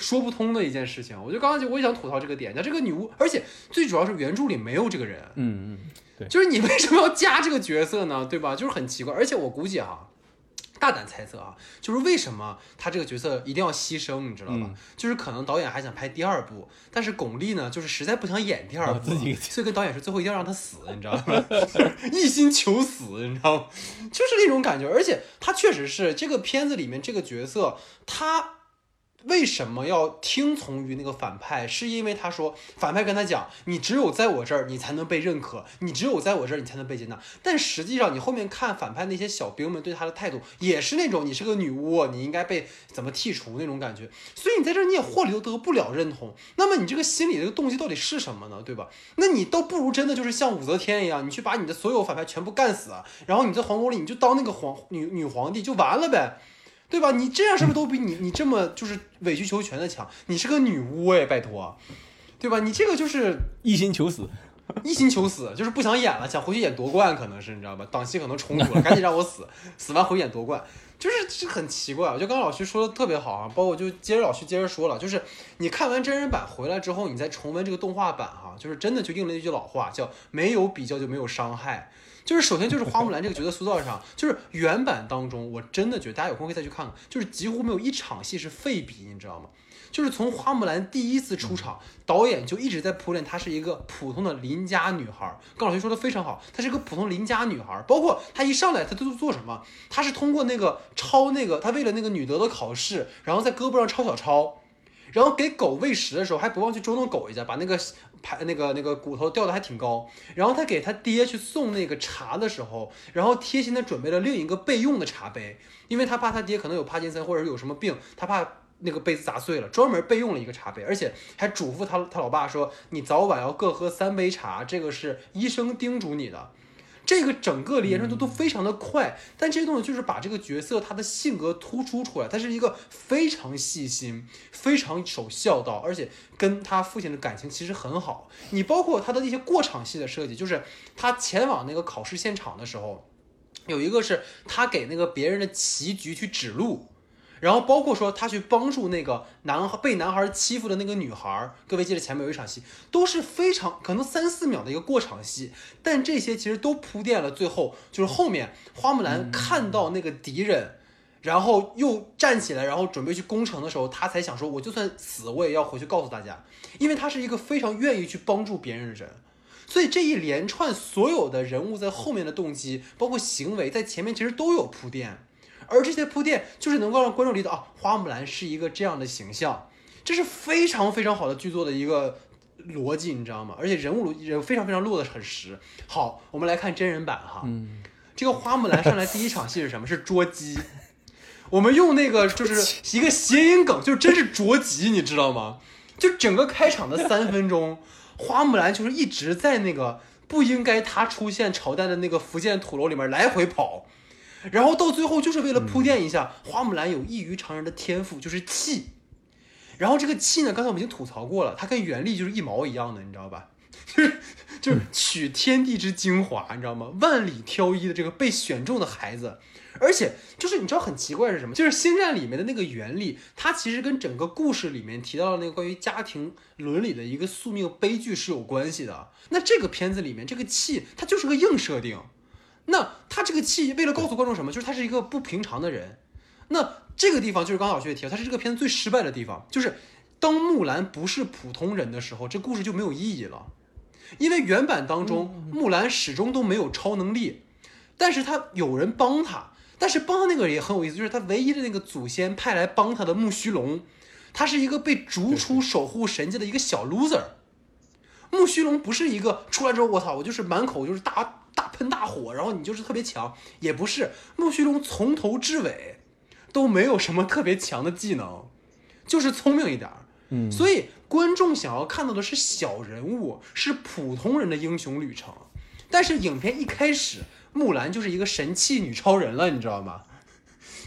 S1: 说不通的一件事情。我就刚刚我也想吐槽这个点，这个女巫，而且最主要是原著里没有这个人，
S2: 对，
S1: 就是你为什么要加这个角色呢？对吧？就是很奇怪。而且我估计大胆猜测就是为什么他这个角色一定要牺牲，你知道吧？就是可能导演还想拍第二部，但是巩俐呢，就是实在不想演第二部，所以跟导演说最后一定要让他死，你知道吗？一心求死，你知道吗？就是那种感觉。而且他确实是这个片子里面这个角色，他为什么要听从于那个反派？是因为他说反派跟他讲，你只有在我这儿你才能被认可，你只有在我这儿你才能被接纳。但实际上你后面看反派那些小兵们对他的态度也是那种，你是个女巫，你应该被怎么剔除那种感觉。所以你在这儿你也或里得不了认同，那么你这个心里的动机到底是什么呢？对吧？那你倒不如真的就是像武则天一样，你去把你的所有反派全部干死，然后你在皇宫里你就当那个女皇帝就完了呗，对吧？你这样是不是都比你这么就是委曲求全的强？你是个女巫哎，拜托，对吧？你这个就是
S2: 一心求死，
S1: 就是不想演了，想回去演夺冠，可能是你知道吧？档期可能冲突了，赶紧让我死，死完回演夺冠，就是很奇怪。我觉得刚刚老徐说的特别好包括就接着老徐接着说了，就是你看完真人版回来之后，你再重温这个动画版就是真的就应了一句老话，叫没有比较就没有伤害。就是首先就是花木兰这个角色塑造上，就是原版当中，我真的觉得大家有空可以再去看看，就是几乎没有一场戏是废笔，你知道吗？就是从花木兰第一次出场，导演就一直在铺垫她是一个普通的邻家女孩。高老师说的非常好，她是一个普通邻家女孩，包括她一上来她都做什么？她是通过那个抄那个，她为了那个女德的考试，然后在胳膊上抄小抄，然后给狗喂食的时候还不忘去捉弄狗一下，把那个那个骨头吊得还挺高。然后他给他爹去送那个茶的时候，然后贴心的准备了另一个备用的茶杯，因为他怕他爹可能有帕金森或者是有什么病，他怕那个杯子砸碎了，专门备用了一个茶杯，而且还嘱咐他老爸说，你早晚要各喝3杯茶，这个是医生叮嘱你的。这个整个连串都非常的快，但这些东西就是把这个角色他的性格突出出来，他是一个非常细心、非常守孝道，而且跟他父亲的感情其实很好。你包括他的一些过场戏的设计，就是他前往那个考试现场的时候，有一个是他给那个别人的棋局去指路。然后包括说他去帮助那个被男孩欺负的那个女孩，各位记得前面有一场戏，都是非常可能3-4秒的一个过场戏，但这些其实都铺垫了最后就是后面花木兰看到那个敌人，然后又站起来，然后准备去攻城的时候，他才想说，我就算死我也要回去告诉大家，因为他是一个非常愿意去帮助别人的人。所以这一连串所有的人物在后面的动机包括行为在前面其实都有铺垫，而这些铺垫就是能够让观众理解花木兰是一个这样的形象，这是非常非常好的剧作的一个逻辑，你知道吗？而且人物非常非常落得很实。好，我们来看真人版这个花木兰上来第一场戏是什么？是捉鸡。我们用那个就是一个谐音梗，就真是捉鸡，你知道吗？就整个开场的3分钟，花木兰就是一直在那个不应该她出现朝代的那个福建土楼里面来回跑。然后到最后就是为了铺垫一下花木兰有异于常人的天赋，就是气。然后这个气呢，刚才我们已经吐槽过了，它跟原力就是一毛一样的，你知道吧？就是取天地之精华，你知道吗？万里挑一的这个被选中的孩子。而且就是你知道很奇怪是什么？就是星战里面的那个原力，它其实跟整个故事里面提到的那个关于家庭伦理的一个宿命悲剧是有关系的。那这个片子里面这个气，它就是个硬设定。那他这个气为了告诉观众什么？就是他是一个不平常的人。那这个地方就是刚刚老薛提到，他是这个片子最失败的地方，就是当木兰不是普通人的时候，这故事就没有意义了。因为原版当中，木兰始终都没有超能力，但是他有人帮他，但是帮他那个人也很有意思，就是他唯一的那个祖先派来帮他的木须龙，他是一个被逐出守护神界的一个小 loser。木须龙不是一个出来之后我操，我就是满口就是大喷大火，然后你就是特别强，也不是。木须龙从头至尾都没有什么特别强的技能，就是聪明一点。所以观众想要看到的是小人物，是普通人的英雄旅程。但是影片一开始，木兰就是一个神器女超人了，你知道吗？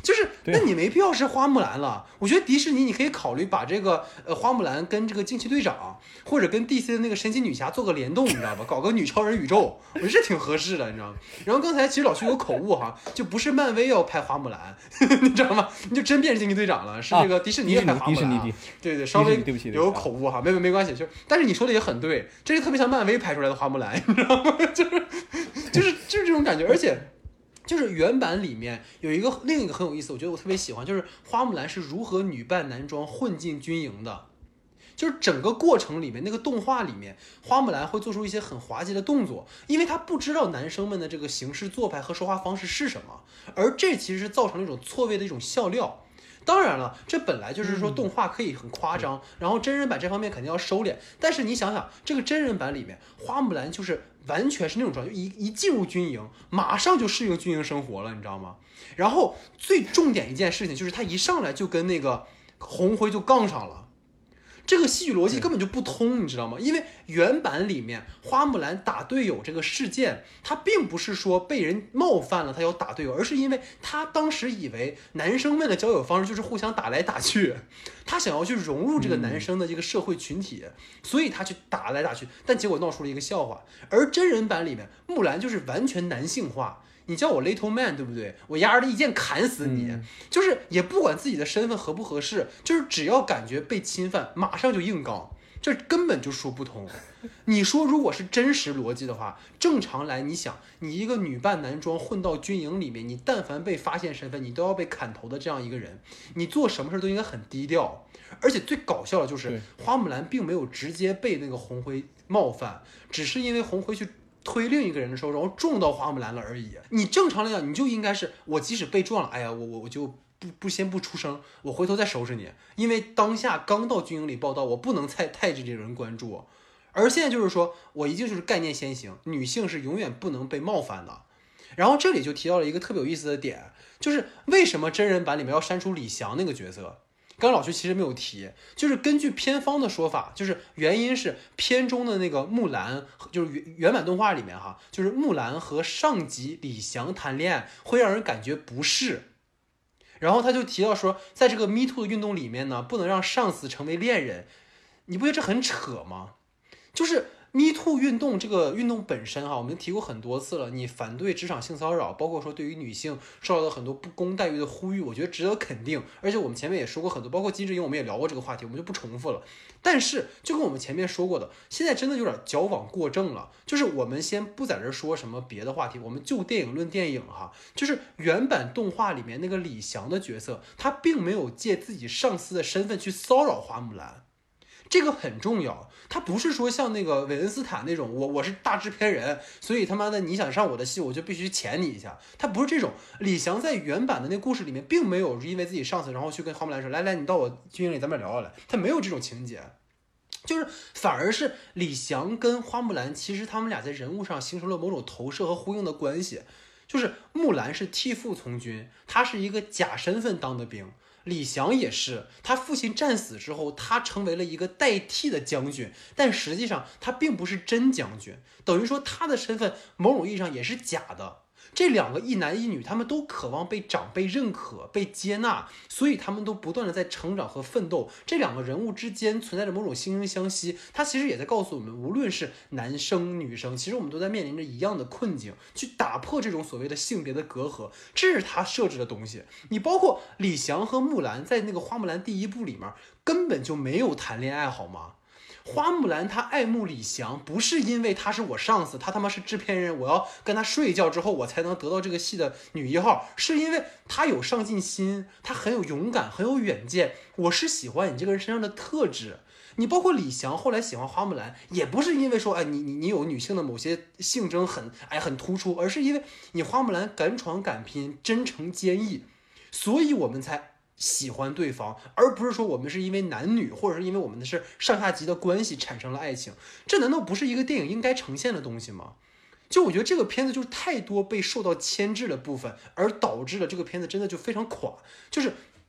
S1: 就是那你没必要是花木兰了。我觉得迪士尼你可以考虑把这个花木兰跟这个惊奇队长或者跟 DC 的那个神奇女侠做个联动，你知道吧？搞个女超人宇宙，我觉得这挺合适的，你知道吗？然后刚才其实老徐有口误哈，就不是漫威要拍花木兰，你知道吗？你就真变成惊奇队长了，是这个迪士尼拍花木兰。对，稍微有口误哈，没关系，但是你说的也很对，这是特别像漫威拍出来的花木兰，你知道吗？就是这种感觉，而且。就是原版里面有另一个很有意思，我觉得我特别喜欢，就是花木兰是如何女扮男装混进军营的。就是整个过程里面，那个动画里面，花木兰会做出一些很滑稽的动作，因为她不知道男生们的这个行事做派和说话方式是什么，而这其实是造成了一种错位的一种笑料。当然了，这本来就是说动画可以很夸张，然后真人版这方面肯定要收敛。但是你想想，这个真人版里面，花木兰就是完全是那种状态，一进入军营，马上就适应军营生活了，你知道吗？然后最重点一件事情就是，他一上来就跟那个红辉就杠上了。这个戏剧逻辑根本就不通，你知道吗？因为原版里面花木兰打队友这个事件，他并不是说被人冒犯了他要打队友，而是因为他当时以为男生们的交友方式就是互相打来打去，他想要去融入这个男生的这个社会群体，所以他去打来打去，但结果闹出了一个笑话。而真人版里面木兰就是完全男性化，你叫我 Little Man 对不对？我丫的一剑砍死你，就是也不管自己的身份合不合适，就是只要感觉被侵犯，马上就硬刚，这根本就说不通。你说如果是真实逻辑的话，正常来你想，你一个女扮男装混到军营里面，你但凡被发现身份，你都要被砍头的这样一个人，你做什么事都应该很低调。而且最搞笑的就是花木兰并没有直接被那个红辉冒犯，只是因为红辉去推另一个人的时候，然后撞到花木兰了而已。你正常来讲，你就应该是我即使被撞了，哎呀，我就先不出声，我回头再收拾你，因为当下刚到军营里报道，我不能太这些人关注。而现在就是说我一定就是概念先行，女性是永远不能被冒犯的。然后这里就提到了一个特别有意思的点，就是为什么真人版里面要删除李翔那个角色。刚刚老徐其实没有提，就是根据片方的说法，就是原因是片中的那个木兰，就是原版动画里面哈，就是木兰和上级李翔谈恋爱会让人感觉不适。然后他就提到说，在这个 Me Too 的运动里面呢，不能让上司成为恋人，你不觉得这很扯吗？就是Me Too 运动这个运动本身哈，我们提过很多次了。你反对职场性骚扰，包括说对于女性受到的很多不公待遇的呼吁，我觉得值得肯定。而且我们前面也说过很多，包括金智英我们也聊过这个话题，我们就不重复了。但是就跟我们前面说过的，现在真的有点矫枉过正了。就是我们先不在这说什么别的话题，我们就电影论电影哈。就是原版动画里面那个李翔的角色，他并没有借自己上司的身份去骚扰花木兰。这个很重要，他不是说像那个韦恩斯坦那种，我是大制片人，所以他妈的你想上我的戏，我就必须钳你一下。他不是这种。李翔在原版的那故事里面，并没有因为自己上司，然后去跟花木兰说，来，你到我军营里咱们聊聊来，他没有这种情节。就是反而是李翔跟花木兰，其实他们俩在人物上形成了某种投射和呼应的关系。就是木兰是替父从军，他是一个假身份当的兵。李翔也是，他父亲战死之后，他成为了一个代替的将军，但实际上他并不是真将军，等于说他的身份某种意义上也是假的。这两个一男一女，他们都渴望被长辈认可、被接纳，所以他们都不断的在成长和奋斗。这两个人物之间存在着某种惺惺相惜，他其实也在告诉我们，无论是男生女生，其实我们都在面临着一样的困境，去打破这种所谓的性别的隔阂，这是他设置的东西。你包括李翔和木兰在那个花木兰第一部里面根本就没有谈恋爱，好吗？花木兰她爱慕李翔，不是因为他是我上司，他他妈是制片人，我要跟他睡觉之后我才能得到这个戏的女一号，是因为他有上进心，他很有勇敢，很有远见，我是喜欢你这个人身上的特质。你包括李翔后来喜欢花木兰，也不是因为说，你有女性的某些性征很突出，而是因为你花木兰敢闯敢拼，真诚坚毅，所以我们才喜欢对方，而不是说我们是因为男女，或者是因为我们的是上下级的关系产生了爱情。这难道不是一个电影应该呈现的东西吗？就我觉得这个片子就是太多被受到牵制的部分，而导致了这个片子真的就非常垮。就是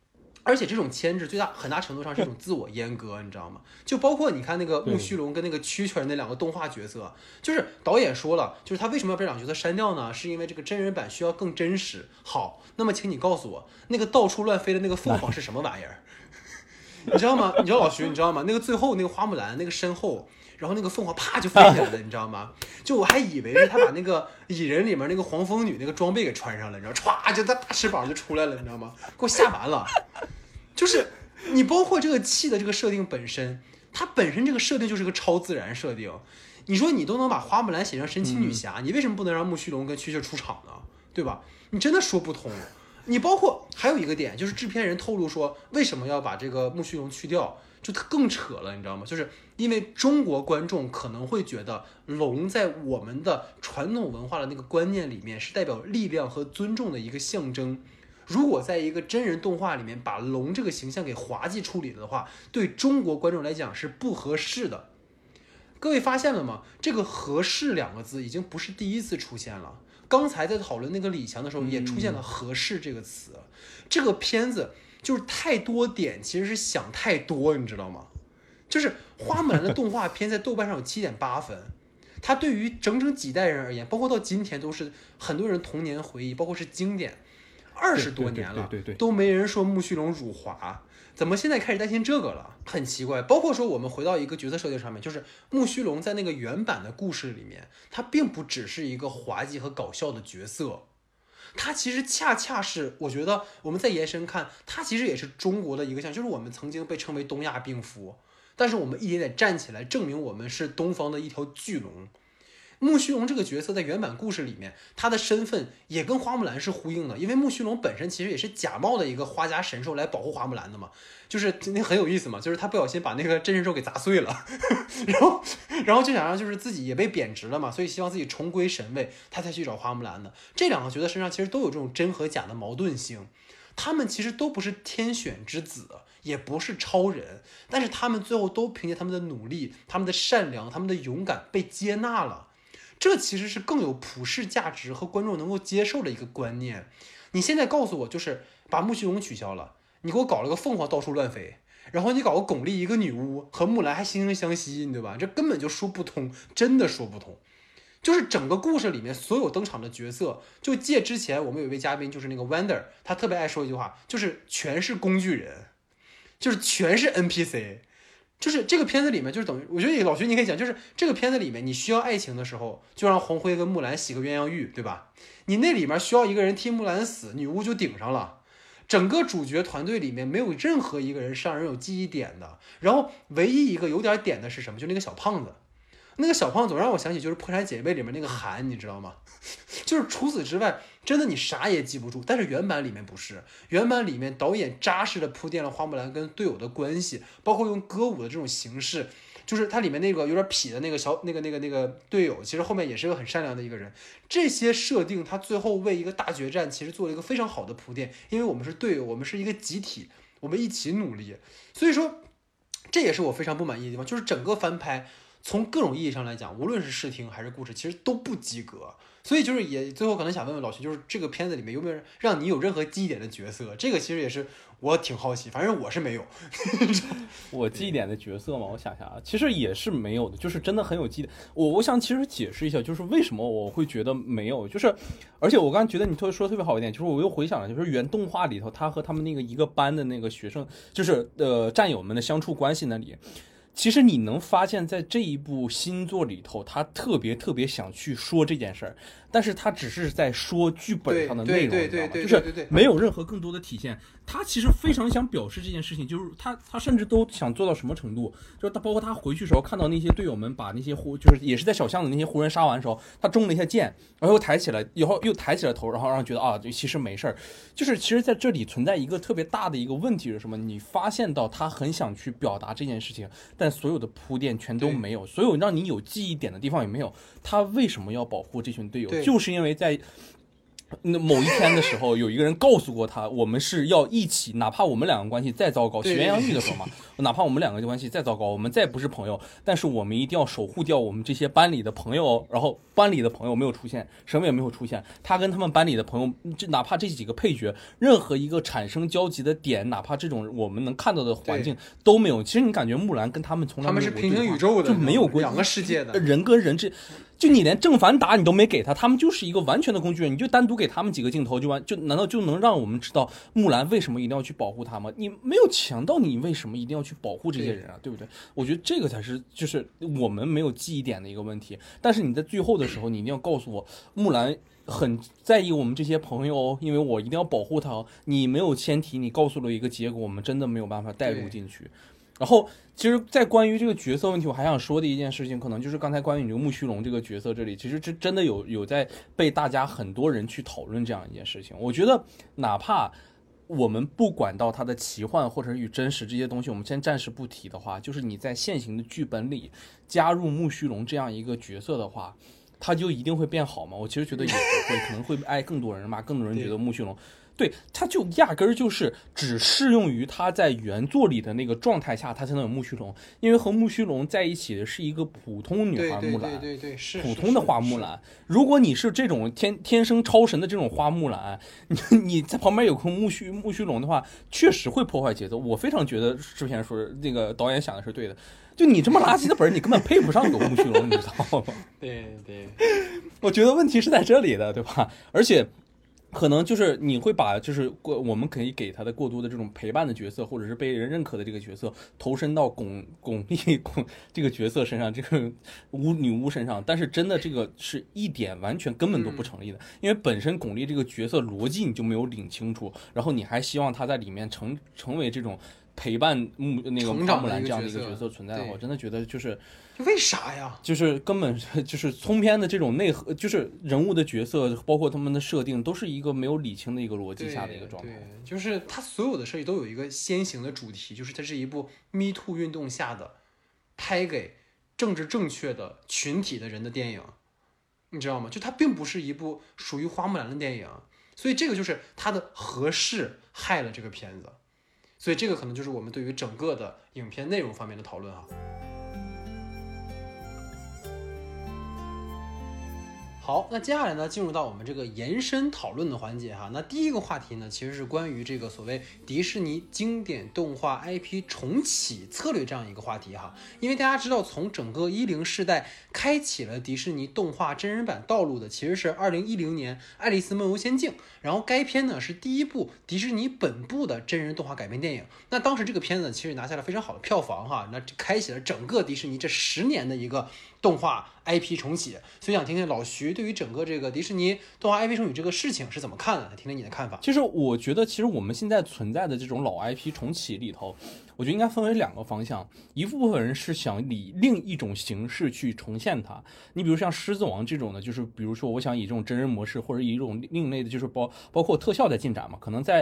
S1: 而且这种牵制很大程度上是一种自我阉割，你知道吗？就包括你看那个木须龙跟那个蛐蛐那两个动画角色，就是导演说了，就是他为什么要把这两个角色删掉呢？是因为这个真人版需要更真实。好，那么请你告诉我，那个到处乱飞的那个凤凰是什么玩意儿？你知道吗？你知道老徐，你知道吗？那个最后那个花木兰那个身后，然后那个凤凰啪就飞起来了，你知道吗？就我还以为是他把那个蚁人里面那个黄蜂女那个装备给穿上了，你知道，歘就他大翅膀就出来了，你知道吗？给我吓完了。就是你包括这个气的这个设定本身，它本身这个设定就是个超自然设定。你说你都能把花木兰写成神奇女侠，你为什么不能让木须龙跟蛐蛐出场呢？对吧？你真的说不通。你包括还有一个点，就是制片人透露说，为什么要把这个木须龙去掉，就更扯了，你知道吗？就是因为中国观众可能会觉得龙在我们的传统文化的那个观念里面是代表力量和尊重的一个象征。如果在一个真人动画里面把龙这个形象给滑稽处理了的话，对中国观众来讲是不合适的。各位发现了吗？这个合适两个字已经不是第一次出现了。刚才在讨论那个李强的时候，也出现了合适这个词。这个片子就是太多点，其实是想太多，你知道吗？就是花木兰的动画片在豆瓣上有7.8分，它对于整整几代人而言，包括到今天都是很多人童年回忆，包括是经典。20多年了，都没人说木须龙辱华，怎么现在开始担心这个了？很奇怪。包括说我们回到一个角色设定上面，就是木须龙在那个原版的故事里面，他并不只是一个滑稽和搞笑的角色，他其实恰恰是，我觉得我们再延伸看，他其实也是中国的一个像，就是我们曾经被称为东亚病夫，但是我们一点点站起来，证明我们是东方的一条巨龙。木须龙这个角色在原版故事里面，他的身份也跟花木兰是呼应的，因为木须龙本身其实也是假冒的一个花家神兽来保护花木兰的嘛，就是那很有意思嘛，就是他不小心把那个真神兽给砸碎了，然后就想让就是自己也被贬值了嘛，所以希望自己重归神位，他才去找花木兰的。这两个角色身上其实都有这种真和假的矛盾性，他们其实都不是天选之子，也不是超人，但是他们最后都凭借他们的努力、他们的善良、他们的勇敢被接纳了。这其实是更有普世价值和观众能够接受的一个观念。你现在告诉我，就是把木须龙取消了，你给我搞了个凤凰到处乱飞，然后你搞个巩俐一个女巫和木兰还惺惺相惜，对吧？这根本就说不通，真的说不通。就是整个故事里面所有登场的角色，就借之前我们有一位嘉宾，就是那个 Wander， 他特别爱说一句话，就是全是工具人，就是全是 NPC。就是这个片子里面，就是等于我觉得老徐你可以讲，就是这个片子里面你需要爱情的时候，就让红辉跟木兰洗个鸳鸯浴，对吧？你那里面需要一个人替木兰死，女巫就顶上了。整个主角团队里面没有任何一个人是让人有记忆点的，然后唯一一个有点点的是什么？就那个小胖子。那个小胖总让我想起就是《破产姐妹》里面那个韩，你知道吗？就是除此之外，真的你啥也记不住。但是原版里面不是，原版里面导演扎实的铺垫了花木兰跟队友的关系，包括用歌舞的这种形式，就是它里面那个有点痞的那个小那个队友，其实后面也是个很善良的一个人。这些设定，他最后为一个大决战其实做了一个非常好的铺垫，因为我们是队友，我们是一个集体，我们一起努力。所以说，这也是我非常不满意的地方，就是整个翻拍。从各种意义上来讲，无论是视听还是故事，其实都不及格。所以就是也最后可能想问问老徐，就是这个片子里面有没有让你有任何记忆点的角色？这个其实也是我挺好奇，反正我是没有。
S2: 我记忆点的角色嘛，我想想啊，其实也是没有的，就是真的很有记忆点。我想其实解释一下，就是为什么我会觉得没有，就是而且我刚才觉得你说特别好一点，就是我又回想了，就是原动画里头他和他们那个一个班的那个学生，就是战友们的相处关系那里。其实你能发现在这一部新作里头，他特别想去说这件事儿，但是他只是在说剧本上的内容，就是没有任何更多的体现。他其实非常想表示这件事情，就是他甚至都想做到什么程度，就是他包括他回去的时候看到那些队友们把那些就是也是在小巷子那些胡人杀完的时候，他中了一下箭，然后又抬起来，又抬起了头，然后让人觉得啊，其实没事儿。就是其实在这里存在一个特别大的一个问题是什么？你发现到他很想去表达这件事情，但所有的铺垫全都没有，所有让你有记忆点的地方也没有。他为什么要保护这群队友？就是因为在那某一天的时候，有一个人告诉过他，我们是要一起，哪怕我们两个关系再糟糕，许元阳玉的时候嘛，哪怕我们两个关系再糟糕，我们再不是朋友，但是我们一定要守护掉我们这些班里的朋友。然后班里的朋友没有出现，什么也没有出现，他跟他们班里的朋友，哪怕这几个配角，任何一个产生交集的点，哪怕这种我们能看到的环境都没有。其实你感觉木兰跟他们从来没有过对话，
S1: 他们是平行宇宙的，
S2: 就没有过
S1: 两个世界的
S2: 人跟人就你连正反打你都没给他们就是一个完全的工具人，你就单独给他们几个镜头就难道就能让我们知道木兰为什么一定要去保护他吗？你没有强到你为什么一定要去保护这些人啊，对不对？我觉得这个才是就是我们没有记忆点的一个问题。但是你在最后的时候，你一定要告诉我，木兰很在意我们这些朋友，因为我一定要保护他。你没有前提，你告诉了一个结果，我们真的没有办法带入进去。然后，其实，在关于这个角色问题，我还想说的一件事情，可能就是刚才关于你这个木须龙这个角色这里，其实这真的有在被大家很多人去讨论这样一件事情。我觉得，哪怕我们不管到它的奇幻或者与真实这些东西，我们先暂时不提的话，就是你在现行的剧本里加入木须龙这样一个角色的话，它就一定会变好吗？我其实觉得也不会，可能会挨更多人骂，更多人觉得木须龙。对，它就压根儿就是只适用于他在原作里的那个状态下，他才能有木须龙。因为和木须龙在一起的是一个普通女孩木兰，
S1: 对，是
S2: 普通的花木兰。如果你是这种天生超神的这种花木兰，你在旁边有个木须龙的话，确实会破坏节奏。我非常觉得制片说那个导演想的是对的。就你这么垃圾的本，你根本配不上有木须龙，你知道吗？
S1: 对，
S2: 我觉得问题是在这里的，对吧？而且。可能就是你会把就是我们可以给他的过多的这种陪伴的角色，或者是被人认可的这个角色，投身到巩俐这个角色身上，这个女巫身上，但是真的这个是一点完全根本都不成立的，因为本身巩俐这个角色逻辑你就没有领清楚，然后你还希望她在里面成为这种陪伴那个花木兰这样的一个角色存在的话，我真的觉得就是
S1: 为啥呀？
S2: 就是根本就是通篇的这种内核，就是人物的角色，包括他们的设定，都是一个没有理清的一个逻辑下的一个状态。
S1: 对，就是它所有的设计都有一个先行的主题，就是它是一部 Me Too 运动下的拍给政治正确的群体的人的电影，你知道吗？就它并不是一部属于花木兰的电影，所以这个就是它的合适害了这个片子。所以这个可能就是我们对于整个的影片内容方面的讨论哈。好，那接下来呢，进入到我们这个延伸讨论的环节哈。那第一个话题呢，其实是关于这个所谓迪士尼经典动画 IP 重启策略这样一个话题哈。因为大家知道，从整个10世代开启了迪士尼动画真人版道路的，其实是2010年《爱丽丝梦游仙境》，然后该片呢是第一部迪士尼本部的真人动画改编电影。那当时这个片子其实拿下了非常好的票房哈，那开启了整个迪士尼这10年的一个动画 IP 重启。所以想听听老徐对于整个这个迪士尼动画 IP 重启这个事情是怎么看的，听听你的看法。
S2: 其实我觉得，其实我们现在存在的这种老 IP 重启里头，我觉得应该分为2个方向，一部分人是想以另一种形式去重现它。你比如像狮子王这种的，就是比如说我想以这种真人模式，或者以一种另类的，就是包括特效在进展嘛。可能在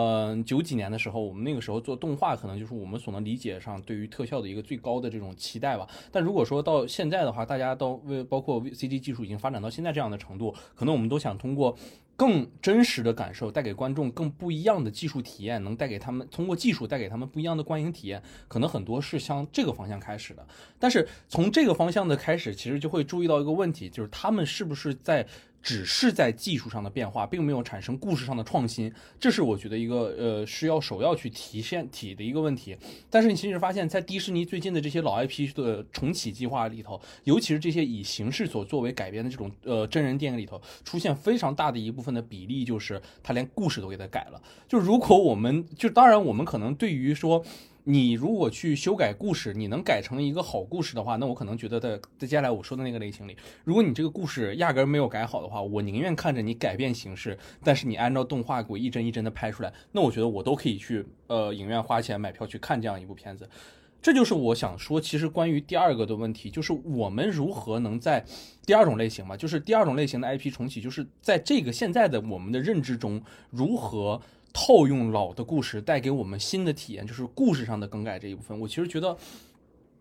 S2: 90几年的时候，我们那个时候做动画，可能就是我们所能理解上对于特效的一个最高的这种期待吧。但如果说到现在的话，大家都包括 CG 技术已经发展到现在这样的程度，可能我们都想通过更真实的感受带给观众更不一样的技术体验，能带给他们通过技术带给他们不一样的观影体验，可能很多是向这个方向开始的。但是从这个方向的开始，其实就会注意到一个问题，就是他们是不是只是在技术上的变化，并没有产生故事上的创新，这是我觉得一个需要首要去提的一个问题。但是你其实发现，在迪士尼最近的这些老 IP 的重启计划里头，尤其是这些以形式所作为改编的这种真人电影里头，出现非常大的一部分的比例，就是他连故事都给他改了。就如果我们当然我们可能对于说，你如果去修改故事，你能改成一个好故事的话，那我可能觉得在接下来我说的那个类型里，如果你这个故事压根没有改好的话，我宁愿看着你改变形式，但是你按照动画给我一帧一帧的拍出来，那我觉得我都可以去影院花钱买票去看这样一部片子。这就是我想说，其实关于第二个的问题，就是我们如何能在第二种类型嘛，就是第二种类型的 IP 重启，就是在这个现在的我们的认知中，如何套用老的故事带给我们新的体验，就是故事上的更改这一部分。我其实觉得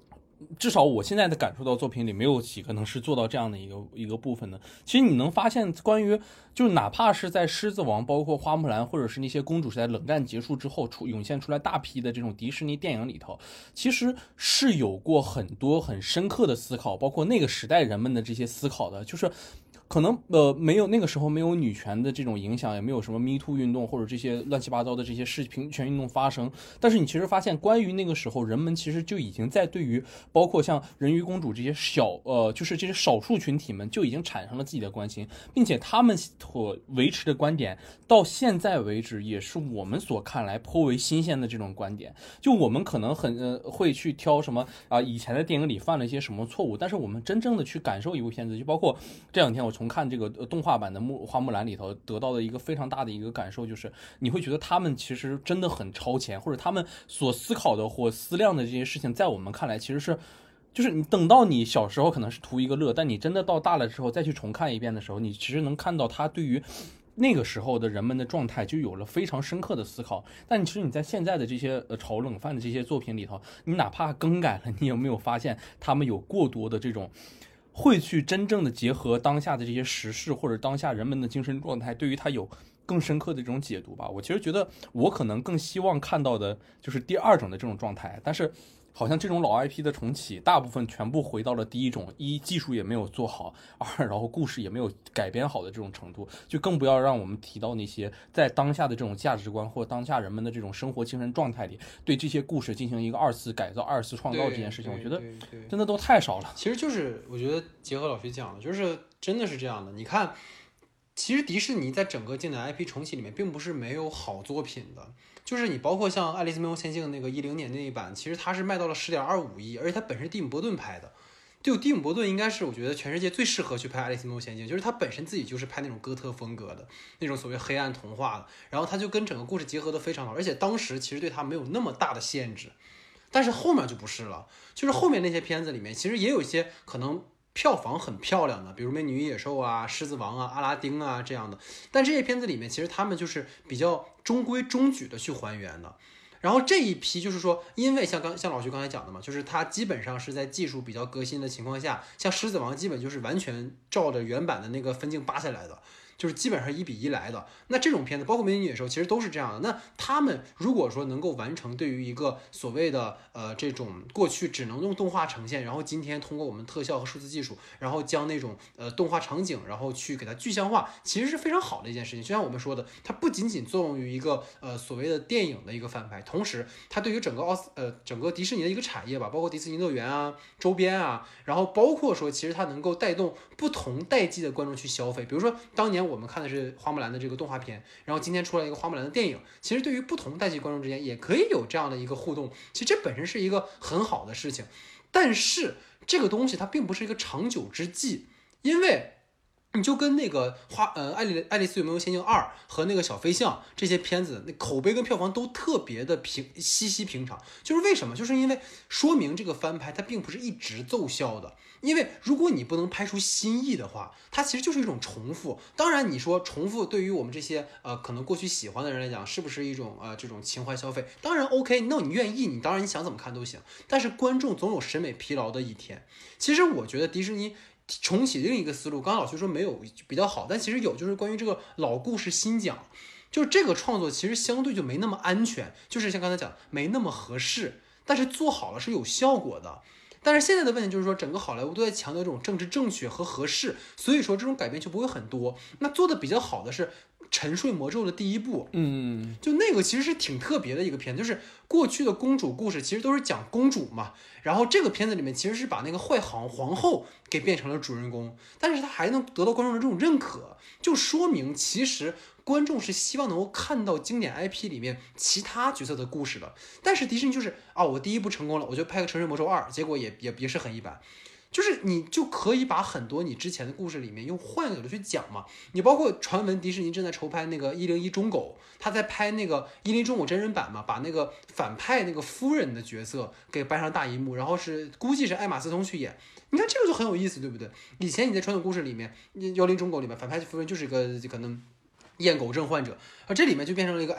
S2: 至少我现在的感受到作品里没有几个能是做到这样的一个部分的。其实你能发现，关于就是哪怕是在狮子王，包括花木兰，或者是那些公主是在冷战结束之后涌现出来大批的这种迪士尼电影里头，其实是有过很多很深刻的思考，包括那个时代人们的这些思考的，就是。可能没有那个时候没有女权的这种影响，也没有什么 Me Too 运动或者这些乱七八糟的这些平权运动发生。但是你其实发现，关于那个时候人们其实就已经在对于包括像人鱼公主这些就是这些少数群体们就已经产生了自己的关心，并且他们所维持的观点到现在为止也是我们所看来颇为新鲜的这种观点。就我们可能会去挑什么以前的电影里犯了一些什么错误，但是我们真正的去感受一部片子，就包括这两天我重看这个动画版的花木兰里头得到的一个非常大的一个感受，就是你会觉得他们其实真的很超前，或者他们所思考的或思量的这些事情，在我们看来其实是。就是你等到你小时候可能是图一个乐，但你真的到大了之后再去重看一遍的时候，你其实能看到他对于那个时候的人们的状态就有了非常深刻的思考。但其实你在现在的这些炒冷饭的这些作品里头，你哪怕更改了，你有没有发现他们有过多的这种会去真正的结合当下的这些时事或者当下人们的精神状态，对于他有更深刻的这种解读吧？我其实觉得我可能更希望看到的就是第二种的这种状态，但是好像这种老 IP 的重启，大部分全部回到了第一种，一技术也没有做好，二然后故事也没有改编好的这种程度，就更不要让我们提到那些在当下的这种价值观或当下人们的这种生活精神状态里，对这些故事进行一个二次改造、二次创造这件事情，我觉得真的都太少了。
S1: 其实就是我觉得结合老徐讲的，就是真的是这样的。你看，其实迪士尼在整个经典 IP 重启里面，并不是没有好作品的。就是你包括像《爱丽丝梦游仙境》那个10年那一版，其实它是卖到了10.25亿，而且它本身蒂姆·伯顿拍的。对，蒂姆·伯顿应该是我觉得全世界最适合去拍《爱丽丝梦游仙境》，就是他本身自己就是拍那种哥特风格的那种所谓黑暗童话的，然后他就跟整个故事结合的非常好，而且当时其实对他没有那么大的限制。但是后面就不是了，就是后面那些片子里面，其实也有一些可能票房很漂亮的，比如《美女与野兽》啊、《狮子王》啊、《阿拉丁》啊这样的，但这些片子里面，其实他们就是比较中规中矩的去还原的。然后这一批就是说，因为像老徐刚才讲的嘛，就是它基本上是在技术比较革新的情况下，像《狮子王》基本就是完全照着原版的那个分镜扒下来的。就是基本上1:1来的。那这种片子，包括《美女与野兽》，其实都是这样的。那他们如果说能够完成对于一个所谓的这种过去只能用动画呈现，然后今天通过我们特效和数字技术，然后将那种动画场景，然后去给它具象化，其实是非常好的一件事情。就像我们说的，它不仅仅作用于一个所谓的电影的一个翻拍，同时它对于整个迪士尼的一个产业吧，包括迪士尼乐园啊、周边啊，然后包括说其实它能够带动不同代际的观众去消费。比如说当年我们看的是花木兰的这个动画片，然后今天出来一个花木兰的电影，其实对于不同代际观众之间也可以有这样的一个互动，其实这本身是一个很好的事情。但是这个东西它并不是一个长久之计，因为你就跟那个爱丽丝梦游仙境2和那个小飞象这些片子，那口碑跟票房都特别的稀稀平常。就是为什么？就是因为说明这个翻拍它并不是一直奏效的。因为如果你不能拍出新意的话，它其实就是一种重复。当然，你说重复对于我们这些可能过去喜欢的人来讲，是不是一种这种情怀消费？当然 OK， 那你愿意，你当然你想怎么看都行。但是观众总有审美疲劳的一天。其实我觉得迪士尼重启另一个思路，刚刚老徐说没有比较好，但其实有，就是关于这个老故事新讲，就是这个创作其实相对就没那么安全，就是像刚才讲没那么合适，但是做好了是有效果的。但是现在的问题就是说，整个好莱坞都在强调这种政治正确和合适，所以说这种改变就不会很多。那做的比较好的是《沉睡魔咒》的第一部，就那个其实是挺特别的一个片子，就是过去的公主故事其实都是讲公主嘛，然后这个片子里面其实是把那个坏皇后给变成了主人公，但是他还能得到观众的这种认可，就说明其实观众是希望能够看到经典 IP 里面其他角色的故事的。但是迪士尼就是我第一部成功了，我就拍个《沉睡魔咒2》，结果也是很一般。就是你就可以把很多你之前的故事里面用换个角度去讲嘛。你包括传闻迪士尼正在筹拍那个101忠狗，他在拍那个101忠狗真人版嘛，把那个反派那个夫人的角色给搬上大荧幕，然后估计是艾玛斯通去演。你看这个就很有意思，对不对？以前你在传统故事里面101忠狗里面反派夫人就是个可能厌狗症患者，而这里面就变成了一个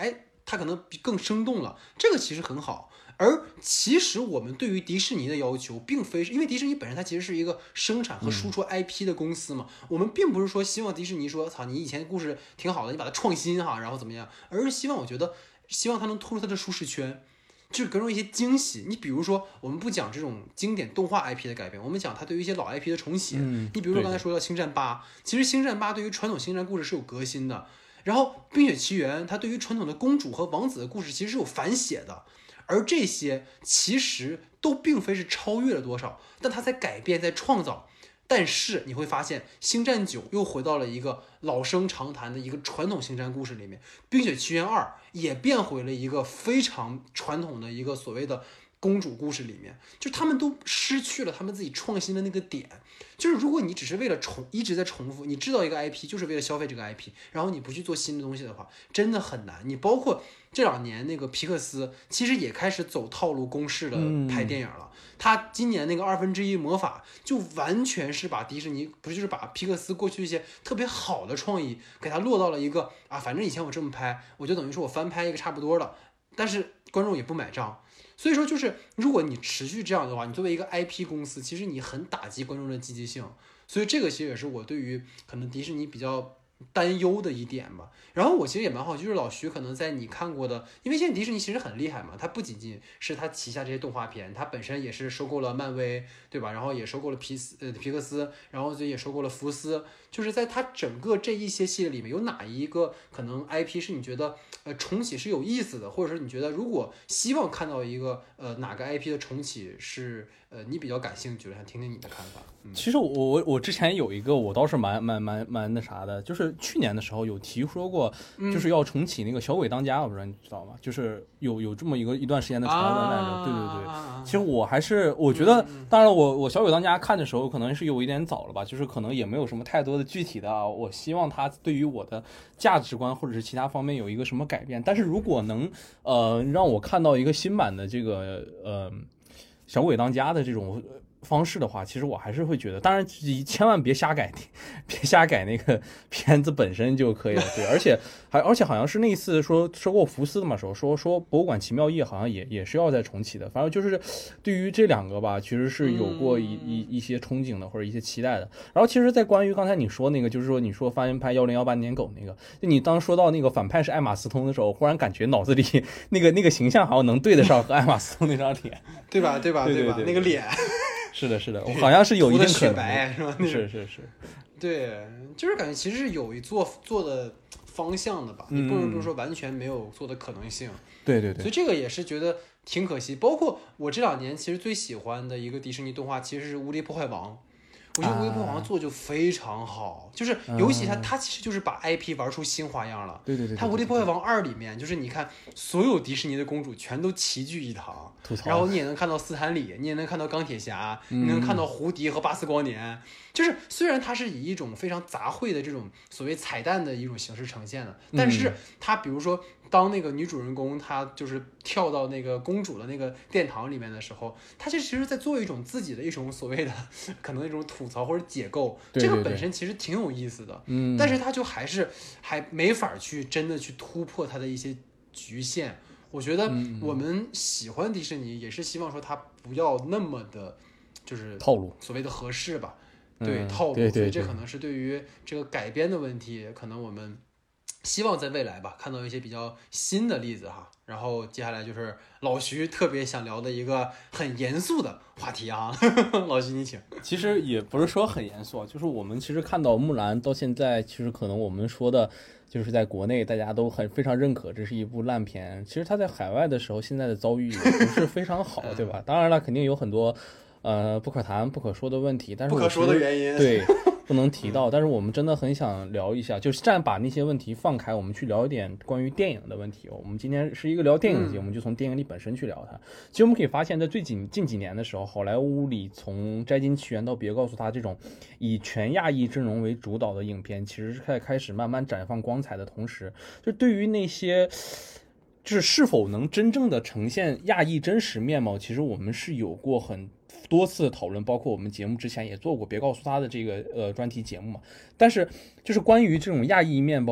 S1: 它可能更生动了，这个其实很好。而其实我们对于迪士尼的要求，并非是因为迪士尼本身它其实是一个生产和输出 IP 的公司嘛，我们并不是说希望迪士尼说，操，你以前的故事挺好的，你把它创新哈，然后怎么样，而是希望它能突出它的舒适圈，就是给人一些惊喜。你比如说，我们不讲这种经典动画 IP 的改编，我们讲它对于一些老 IP 的重写。你比如说刚才说到星战8，其实星战8对于传统星战故事是有革新的，然后冰雪奇缘它对于传统的公主和王子的故事其实是有反写的。而这些其实都并非是超越了多少，但它在改变，在创造。但是你会发现，星战9又回到了一个老生常谈的一个传统星战故事里面，冰雪奇缘2也变回了一个非常传统的一个所谓的公主故事里面，就他们都失去了他们自己创新的那个点。就是如果你只是为了一直在重复，你制造一个 IP 就是为了消费这个 IP， 然后你不去做新的东西的话，真的很难。你包括这2年那个皮克斯其实也开始走套路公式的拍电影了。他今年那个1/2魔法就完全是把迪士尼就是把皮克斯过去一些特别好的创意给它落到了一个反正以前我这么拍，我就等于说我翻拍一个差不多的，但是观众也不买账。所以说就是如果你持续这样的话，你作为一个 IP 公司，其实你很打击观众的积极性。所以这个其实也是我对于可能迪士尼比较担忧的一点吧。然后我其实也蛮好，就是老徐可能在你看过的，因为现在迪士尼其实很厉害嘛，它不仅仅是它旗下这些动画片，它本身也是收购了漫威，对吧？然后也收购了皮克斯，然后也收购了福斯。就是在它整个这一些系列里面，有哪一个可能 IP 是你觉得重启是有意思的，或者说你觉得如果希望看到一个哪个 IP 的重启是你比较感兴趣的，想听听你的看法。
S2: 其实我之前有一个我倒是蛮那啥的，就是去年的时候有提说过，就是要重启那个小鬼当家，我不知道你知道吗？就是有这么一段时间的传闻来着。对，其实我觉得，当然我小鬼当家看的时候可能是有一点早了吧，就是可能也没有什么太多的具体的我希望它对于我的价值观或者是其他方面有一个什么改变。但是如果能让我看到一个新版的这个小鬼当家的这种方式的话，其实我还是会觉得，当然千万别瞎改那个片子本身就可以了。对，而且好像是那一次说过福斯的嘛，说博物馆奇妙夜好像也是要再重启的。反正就是对于这2个吧，其实是有过一些憧憬的或者一些期待的。然后其实在关于刚才你说那个，就是说你说翻拍1018年狗那个，就你当说到那个反派是艾玛斯通的时候，忽然感觉脑子里那个形象好像能对得上和艾玛斯通那张脸，
S1: 对吧？那个脸。
S2: 是的，我好像是有一定可能
S1: 的，是吧？
S2: 是，
S1: 对，就是感觉其实是有一做的方向的吧，你不能说完全没有做的可能性。
S2: 对，
S1: 所以这个也是觉得挺可惜。包括我这2年其实最喜欢的一个迪士尼动画，其实是《无敌破坏王》。我觉得《无敌破坏王》做就非常好，就是尤其它其实就是把 IP 玩出新花样了。
S2: 对，
S1: 它《无敌破坏王2》里面，就是你看所有迪士尼的公主全都齐聚一堂，然后你也能看到斯坦李，你也能看到钢铁侠，你能看到胡迪和巴斯光年。就是虽然它是以一种非常杂烩的这种所谓彩蛋的一种形式呈现的，但是它比如说当那个女主人公她就是跳到那个公主的那个殿堂里面的时候，她其实在做一种自己的一种所谓的可能一种吐槽或者解构，这个本身其实挺有意思的。但是它就还没法去真的去突破它的一些局限。我觉得我们喜欢迪士尼也是希望说它不要那么的就是
S2: 套路，
S1: 所谓的合适吧。对，套路。所以这可能是对于这个改编的问题，可能我们希望在未来吧看到一些比较新的例子哈。然后接下来就是老徐特别想聊的一个很严肃的话题啊。老徐你请。
S2: 其实也不是说很严肃，就是我们其实看到木兰到现在，其实可能我们说的就是在国内大家都非常认可这是一部烂片，其实他在海外的时候现在的遭遇也不是非常好。对吧？当然了，肯定有很多不可谈不可说的问题，但是
S1: 不可说的原因
S2: 对不能提到。但是我们真的很想聊一下，就是把那些问题放开，我们去聊一点关于电影的问题。我们今天是一个聊电影节，我们就从电影里本身去聊它。其实我们可以发现，在近几年的时候，好莱坞里从《摘金奇缘》到《别告诉他》这种以全亚裔阵容为主导的影片，其实是开始慢慢绽放光彩的同时，就对于那些就是是否能真正的呈现亚裔真实面貌，其实我们是有过很多次讨论，包括我们节目之前也做过别告诉他的这个专题节目嘛。但是就是关于这种亚裔面貌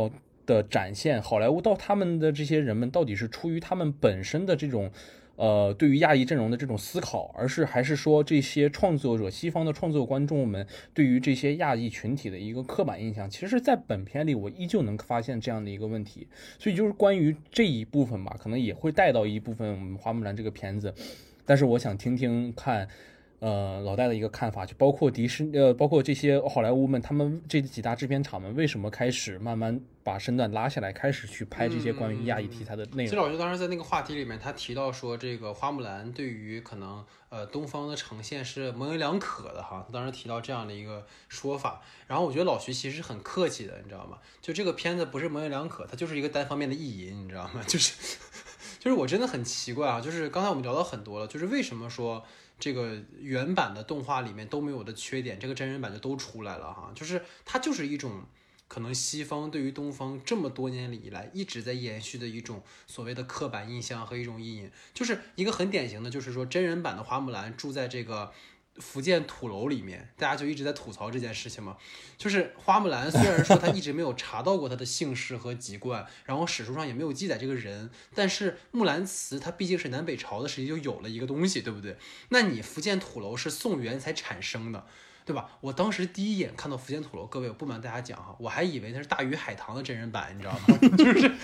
S2: 的展现，好莱坞到他们的这些人们到底是出于他们本身的这种对于亚裔阵容的这种思考，还是说这些创作者西方的创作观众们对于这些亚裔群体的一个刻板印象。其实在本片里我依旧能发现这样的一个问题，所以就是关于这一部分吧，可能也会带到一部分我们花木兰这个片子，但是我想听听看老戴的一个看法，就包括包括这些好莱坞们，他们这几大制片厂们为什么开始慢慢把身段拉下来，开始去拍这些关于亚裔题材的内容。
S1: 其实老师当时在那个话题里面，他提到说，这个花木兰对于可能东方的呈现是模棱两可的哈，他当时提到这样的一个说法。然后我觉得老徐其实很客气的，你知道吗？就这个片子不是模棱两可，它就是一个单方面的意淫，你知道吗？就是我真的很奇怪啊，就是刚才我们聊到很多了，就是为什么说这个原版的动画里面都没有的缺点，这个真人版就都出来了哈，就是它就是一种可能西方对于东方这么多年以来一直在延续的一种所谓的刻板印象和一种意淫，就是一个很典型的，就是说真人版的花木兰住在这个福建土楼里面，大家就一直在吐槽这件事情嘛。就是花木兰虽然说她一直没有查到过她的姓氏和籍贯，然后史书上也没有记载这个人，但是木兰辞它毕竟是南北朝的时期就有了一个东西，对不对？那你福建土楼是宋元才产生的，对吧？我当时第一眼看到福建土楼，各位我不瞒大家讲哈，我还以为那是大鱼海棠的真人版，你知道吗？就是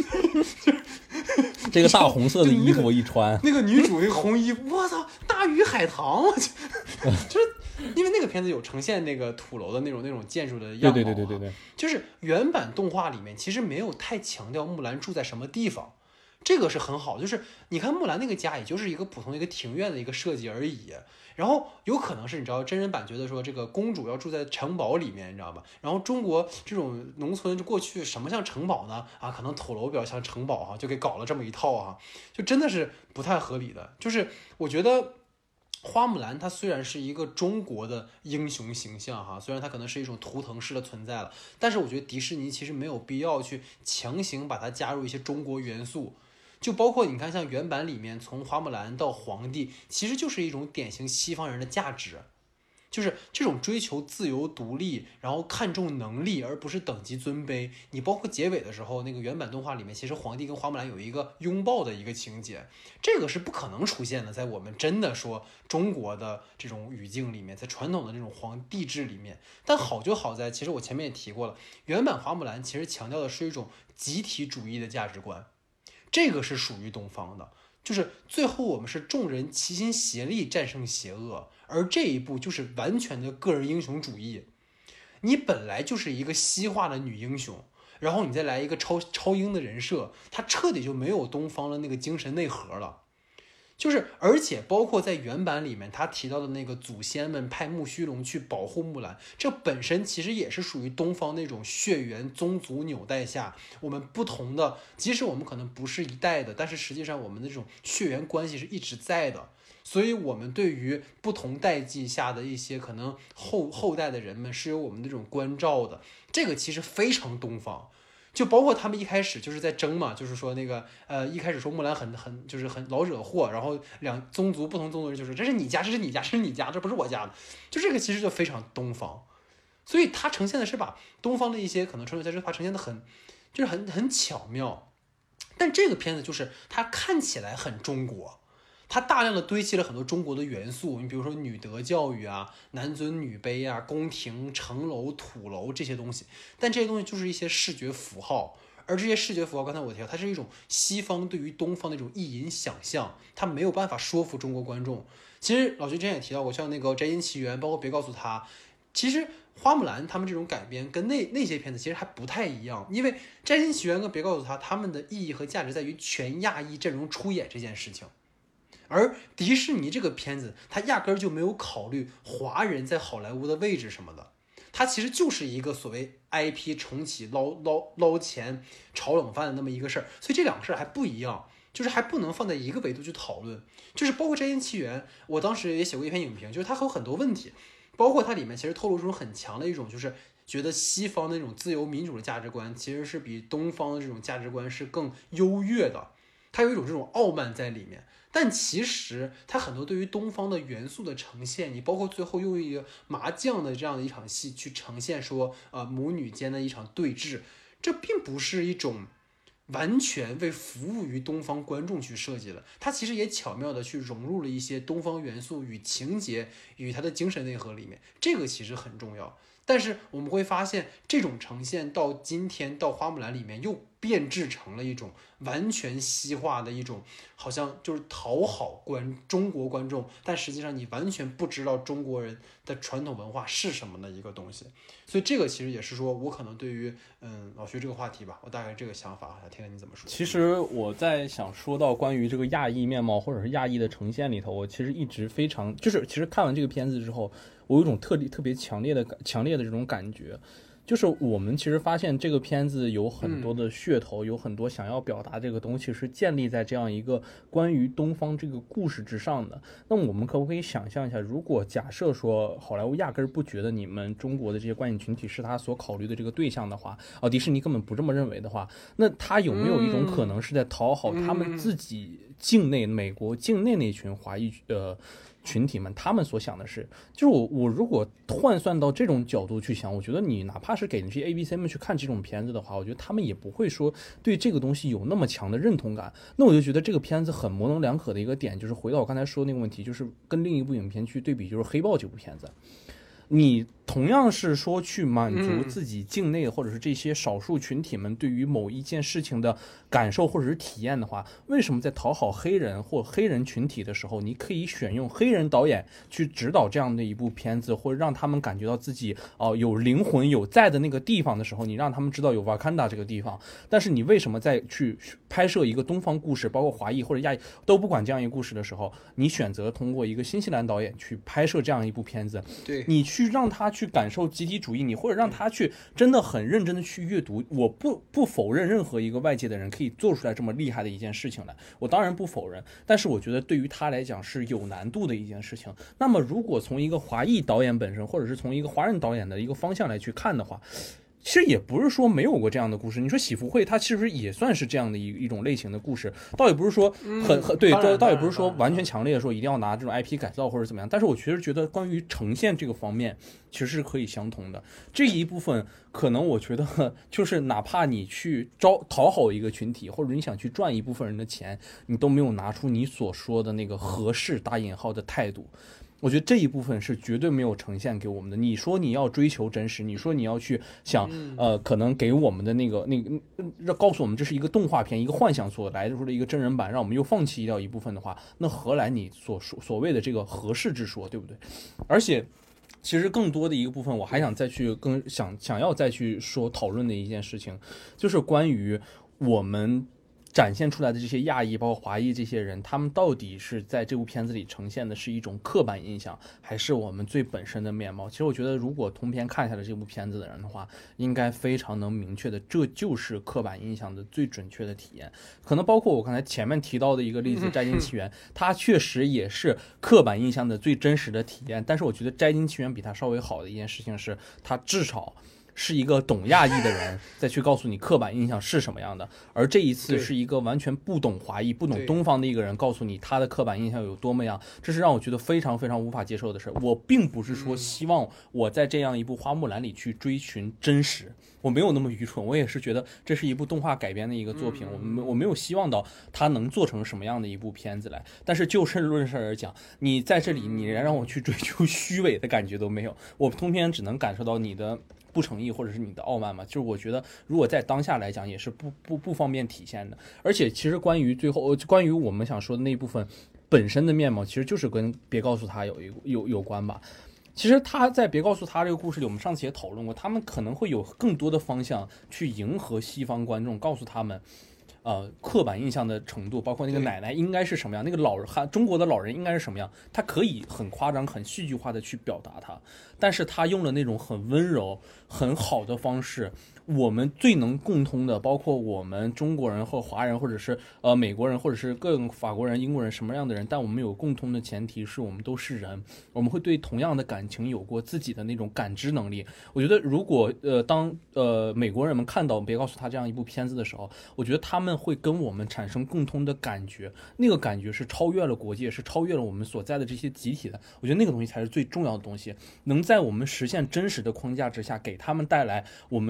S2: 这个大红色的衣服一穿，
S1: 那个女主那个红衣服，我操，大鱼海棠，我去，就是因为那个片子有呈现那个土楼的那种建筑的样貌，
S2: 对，
S1: 就是原版动画里面其实没有太强调木兰住在什么地方。这个是很好，就是你看木兰那个家，也就是一个普通的一个庭院的一个设计而已。然后有可能是你知道真人版觉得说这个公主要住在城堡里面，你知道吧？然后中国这种农村就过去什么像城堡呢？啊，可能土楼比较像城堡哈，就给搞了这么一套哈，就真的是不太合理的。就是我觉得花木兰她虽然是一个中国的英雄形象哈，虽然它可能是一种图腾式的存在了，但是我觉得迪士尼其实没有必要去强行把它加入一些中国元素。就包括你看，像原版里面从花木兰到皇帝，其实就是一种典型西方人的价值，就是这种追求自由独立，然后看重能力而不是等级尊卑。你包括结尾的时候，那个原版动画里面，其实皇帝跟花木兰有一个拥抱的一个情节，这个是不可能出现的，在我们真的说中国的这种语境里面，在传统的这种皇帝制里面。但好就好在，其实我前面也提过了，原版花木兰其实强调的是一种集体主义的价值观。这个是属于东方的，就是最后我们是众人齐心协力战胜邪恶，而这一步就是完全的个人英雄主义。你本来就是一个西化的女英雄，然后你再来一个超英的人设，它彻底就没有东方的那个精神内核了。就是，而且包括在原版里面，他提到的那个祖先们派木须龙去保护木兰，这本身其实也是属于东方那种血缘宗族纽带下，我们不同的，即使我们可能不是一代的，但是实际上我们的这种血缘关系是一直在的。所以，我们对于不同代际下的一些可能后代的人们是有我们的这种关照的，这个其实非常东方。就包括他们一开始就是在争嘛，就是说那个一开始说木兰就是很老惹祸，然后不同宗族人就说这是你家，这是你家，这是你家，这不是我家的，就这个其实就非常东方，所以它呈现的是把东方的一些可能传统价值观呈现的很巧妙，但这个片子就是它看起来很中国。它大量的堆砌了很多中国的元素，你比如说女德教育啊、男尊女卑啊、宫廷、城楼、土楼这些东西，但这些东西就是一些视觉符号，而这些视觉符号，刚才我提到，它是一种西方对于东方的一种意淫想象，它没有办法说服中国观众。其实老徐之前也提到过，像那个《摘金奇缘》，包括别告诉他，其实花木兰他们这种改编跟那些片子其实还不太一样，因为《摘金奇缘》跟别告诉他们的意义和价值在于全亚裔阵容出演这件事情。而迪士尼这个片子，它压根儿就没有考虑华人在好莱坞的位置什么的，它其实就是一个所谓 IP 重启捞钱炒冷饭的那么一个事儿，所以这两个事儿还不一样，就是还不能放在一个维度去讨论。就是包括《摘金奇缘》，我当时也写过一篇影评，就是它有很多问题，包括它里面其实透露出很强的一种，就是觉得西方那种自由民主的价值观，其实是比东方的这种价值观是更优越的，它有一种这种傲慢在里面。但其实它很多对于东方的元素的呈现，你包括最后用一个麻将的这样的一场戏去呈现说，母女间的一场对峙， 这并不是一种完全为服务于东方观众去设计的，它其实也巧妙的去融入了一些东方元素与情节与它的精神内核里面，这个其实很重要。但是我们会发现，这种呈现到今天到花木兰里面又变质成了一种完全西化的一种，好像就是讨好中国观众，但实际上你完全不知道中国人的传统文化是什么的一个东西。所以这个其实也是说我可能对于老徐这个话题吧，我大概这个想法，想听听你怎么说。
S2: 其实我在想说到关于这个亚裔面貌或者是亚裔的呈现里头，我其实一直非常就是其实看完这个片子之后，我有一种特别强烈的这种感觉。就是我们其实发现这个片子有很多的噱头，有很多想要表达这个东西是建立在这样一个关于东方这个故事之上的。那我们可不可以想象一下，如果假设说好莱坞压根儿不觉得你们中国的这些观影群体是他所考虑的这个对象的话，迪士尼根本不这么认为的话，那他有没有一种可能是在讨好他们自己境内美国境内那群华裔群体们，他们所想的是，就是我如果换算到这种角度去想，我觉得你哪怕是给那些 ABC 们去看这种片子的话，我觉得他们也不会说对这个东西有那么强的认同感。那我就觉得这个片子很模棱两可的一个点，就是回到我刚才说的那个问题，就是跟另一部影片去对比，就是《黑豹》这部片子。你同样是说去满足自己境内或者是这些少数群体们对于某一件事情的感受或者是体验的话，为什么在讨好黑人或黑人群体的时候，你可以选用黑人导演去指导这样的一部片子，或者让他们感觉到自己有灵魂有在的那个地方的时候，你让他们知道有瓦坎达这个地方，但是你为什么在去拍摄一个东方故事，包括华裔或者亚裔都不管这样一个故事的时候，你选择通过一个新西兰导演去拍摄这样一部片子，
S1: 对，
S2: 你去让他去感受集体主义，你或者让他去真的很认真的去阅读。我不否认任何一个外界的人可以做出来这么厉害的一件事情来，我当然不否认，但是我觉得对于他来讲是有难度的一件事情。那么如果从一个华裔导演本身，或者是从一个华人导演的一个方向来去看的话，其实也不是说没有过这样的故事。你说喜福会它其实也算是这样的一种类型的故事，倒也不是说对，倒也不是说完全强烈的说一定要拿这种 IP 改造或者怎么样，但是我确实觉得关于呈现这个方面其实是可以相同的。这一部分可能我觉得就是哪怕你去讨好一个群体，或者你想去赚一部分人的钱，你都没有拿出你所说的那个合适打引号的态度。我觉得这一部分是绝对没有呈现给我们的。你说你要追求真实，你说你要去想，可能给我们的那个告诉我们这是一个动画片，一个幻想所来出的一个真人版，让我们又放弃掉一部分的话，那何来你所谓的这个合适之说，对不对？而且其实更多的一个部分，我还想再去想要再去讨论的一件事情，就是关于我们展现出来的这些亚裔包括华裔这些人，他们到底是在这部片子里呈现的是一种刻板印象，还是我们最本身的面貌？其实我觉得如果通篇看下来这部片子的人的话，应该非常能明确的，这就是刻板印象的最准确的体验。可能包括我刚才前面提到的一个例子《摘金奇缘》，它确实也是刻板印象的最真实的体验，但是我觉得《摘金奇缘》比它稍微好的一件事情是，它至少是一个懂亚裔的人再去告诉你刻板印象是什么样的，而这一次是一个完全不懂华裔不懂东方的一个人告诉你他的刻板印象有多么样，这是让我觉得非常非常无法接受的事。我并不是说希望我在这样一部花木兰里去追寻真实，我没有那么愚蠢，我也是觉得这是一部动画改编的一个作品，我没有希望到它能做成什么样的一部片子来。但是就事论事而讲，你在这里你连让我去追求虚伪的感觉都没有，我通篇只能感受到你的不诚意或者是你的傲慢嘛，就是我觉得如果在当下来讲也是不方便体现的。而且其实关于我们想说的那一部分本身的面貌，其实就是跟别告诉他有关吧。其实他在别告诉他这个故事里，我们上次也讨论过，他们可能会有更多的方向去迎合西方观众，告诉他们刻板印象的程度，包括那个奶奶应该是什么样，那个中国的老人应该是什么样，他可以很夸张很戏剧化的去表达它，但是他用了那种很温柔很好的方式，我们最能共通的，包括我们中国人或华人或者是美国人或者是各种法国人英国人什么样的人，但我们有共通的前提是我们都是人，我们会对同样的感情有过自己的那种感知能力。我觉得如果当美国人们看到别告诉他这样一部片子的时候，我觉得他们会跟我们产生共通的感觉，那个感觉是超越了国界，是超越了我们所在的这些集体的。我觉得那个东西才是最重要的东西，能在我们实现真实的框架之下给他们带来我们就是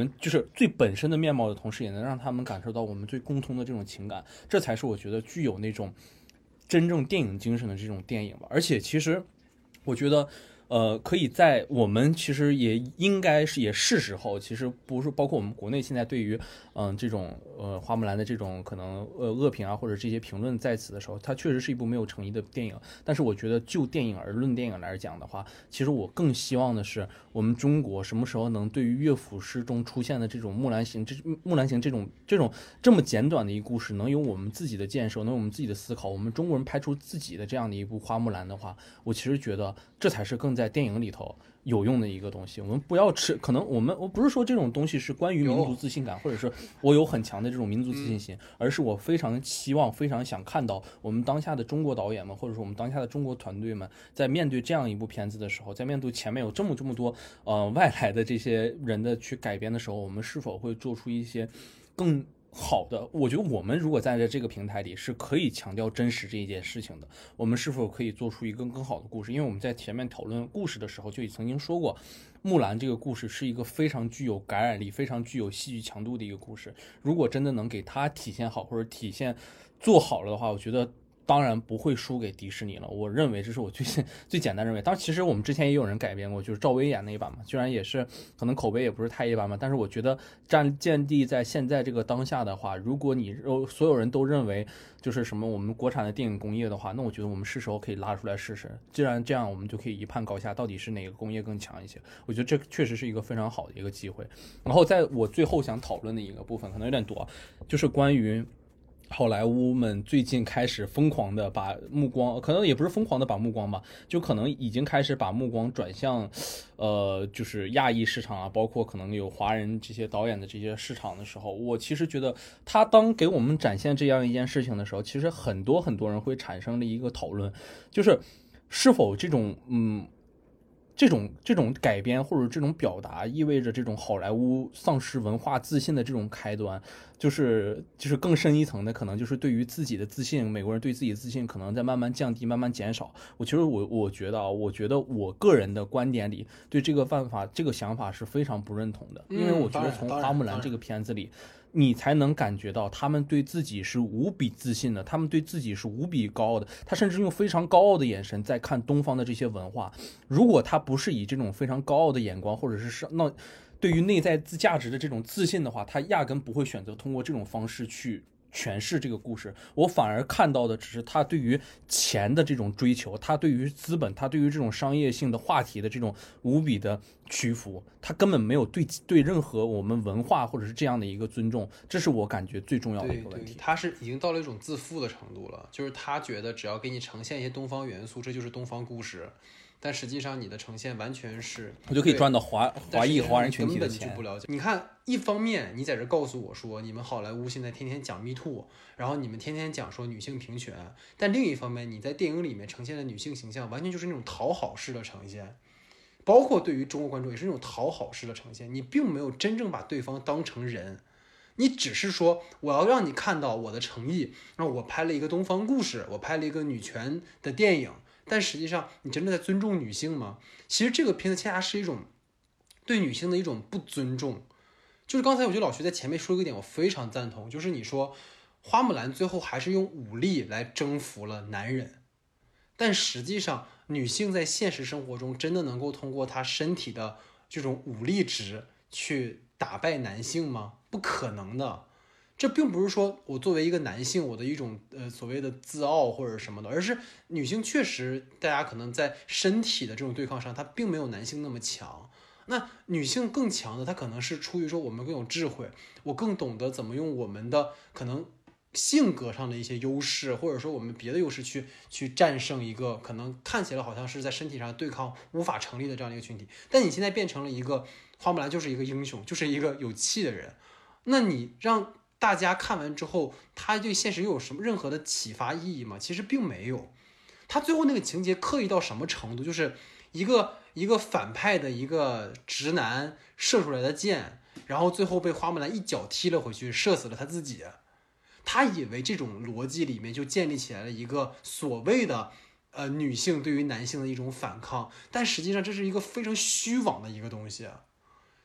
S2: 是最本身的面貌的同时，也能让他们感受到我们最共通的这种情感，这才是我觉得具有那种真正电影精神的这种电影吧。而且其实我觉得可以在我们其实也应该是也是时候，其实不是包括我们国内现在对于这种花木兰的这种可能恶评啊或者这些评论在此的时候，它确实是一部没有诚意的电影。但是我觉得就电影而论电影来讲的话，其实我更希望的是我们中国什么时候能对于乐府诗中出现的这种木兰行这种这么简短的一个故事，能有我们自己的建设，能有我们自己的思考，我们中国人拍出自己的这样的一部花木兰的话，我其实觉得这才是更在电影里头有用的一个东西。我们不要可能我不是说这种东西是关于民族自信感，或者是我有很强的这种民族自信心，而是我非常期望非常想看到我们当下的中国导演们，或者说我们当下的中国团队们，在面对这样一部片子的时候，在面对前面有这么多外来的这些人的去改编的时候，我们是否会做出一些更好的。我觉得我们如果在这个平台里是可以强调真实这一件事情的，我们是否可以做出一个更好的故事。因为我们在前面讨论故事的时候就曾经说过，木兰这个故事是一个非常具有感染力非常具有戏剧强度的一个故事，如果真的能给它体现好或者体现做好了的话，我觉得当然不会输给迪士尼了。我认为这是我最简单认为。当然其实我们之前也有人改编过，就是赵薇演那一版嘛，居然也是可能口碑也不是太一般嘛，但是我觉得建立在现在这个当下的话，如果你所有人都认为就是什么我们国产的电影工业的话，那我觉得我们是时候可以拉出来试试，既然这样我们就可以一判高下，到底是哪个工业更强一些。我觉得这确实是一个非常好的一个机会。然后在我最后想讨论的一个部分可能有点多，就是关于好莱坞们最近开始疯狂的把目光，可能也不是疯狂的把目光吧，就可能已经开始把目光转向就是亚裔市场啊，包括可能有华人这些导演的这些市场的时候，我其实觉得他当给我们展现这样一件事情的时候，其实很多人会产生了一个讨论，就是是否这种这种改编或者这种表达意味着这种好莱坞丧失文化自信的这种开端，就是更深一层的，可能就是对于自己的自信，美国人对自己的自信可能在慢慢降低慢慢减少。我觉得我个人的观点里对这个想法是非常不认同的，因为我觉得从花木兰这个片子里你才能感觉到他们对自己是无比自信的，他们对自己是无比高傲的，他甚至用非常高傲的眼神在看东方的这些文化。如果他不是以这种非常高傲的眼光，或者是对于内在价值的这种自信的话，他压根不会选择通过这种方式去诠释这个故事。我反而看到的只是他对于钱的这种追求，他对于资本，他对于这种商业性的话题的这种无比的屈服，他根本没有对任何我们文化或者是这样的一个尊重，这是我感觉最重要的一个问题。
S1: 他是已经到了一种自负的程度了，就是他觉得只要给你呈现一些东方元素，这就是东方故事。但实际上你的呈现完全是
S2: 我就可以赚到华裔华人群体的钱。
S1: 根本就不了解。你看，一方面你在这告诉我说你们好莱坞现在天天讲 Me Too， 然后你们天天讲说女性平权，但另一方面你在电影里面呈现的女性形象完全就是那种讨好式的呈现，包括对于中国观众也是那种讨好式的呈现，你并没有真正把对方当成人，你只是说我要让你看到我的诚意，然后我拍了一个东方故事，我拍了一个女权的电影，但实际上你真的在尊重女性吗？其实这个片子恰恰是一种对女性的一种不尊重。就是刚才我觉得老徐在前面说一个点我非常赞同，就是你说花木兰最后还是用武力来征服了男人，但实际上女性在现实生活中真的能够通过她身体的这种武力值去打败男性吗？不可能的。这并不是说我作为一个男性我的一种所谓的自傲或者什么的，而是女性确实大家可能在身体的这种对抗上她并没有男性那么强。那女性更强的她可能是出于说我们更有智慧，我更懂得怎么用我们的可能性格上的一些优势，或者说我们别的优势去战胜一个可能看起来好像是在身体上对抗无法成立的这样一个群体。但你现在变成了一个花木兰就是一个英雄，就是一个有气的人，那你让大家看完之后他对现实又有什么任何的启发意义吗？其实并没有。他最后那个情节刻意到什么程度，就是一个反派的一个直男射出来的箭，然后最后被花木兰一脚踢了回去，射死了他自己。他以为这种逻辑里面就建立起来了一个所谓的女性对于男性的一种反抗，但实际上这是一个非常虚妄的一个东西。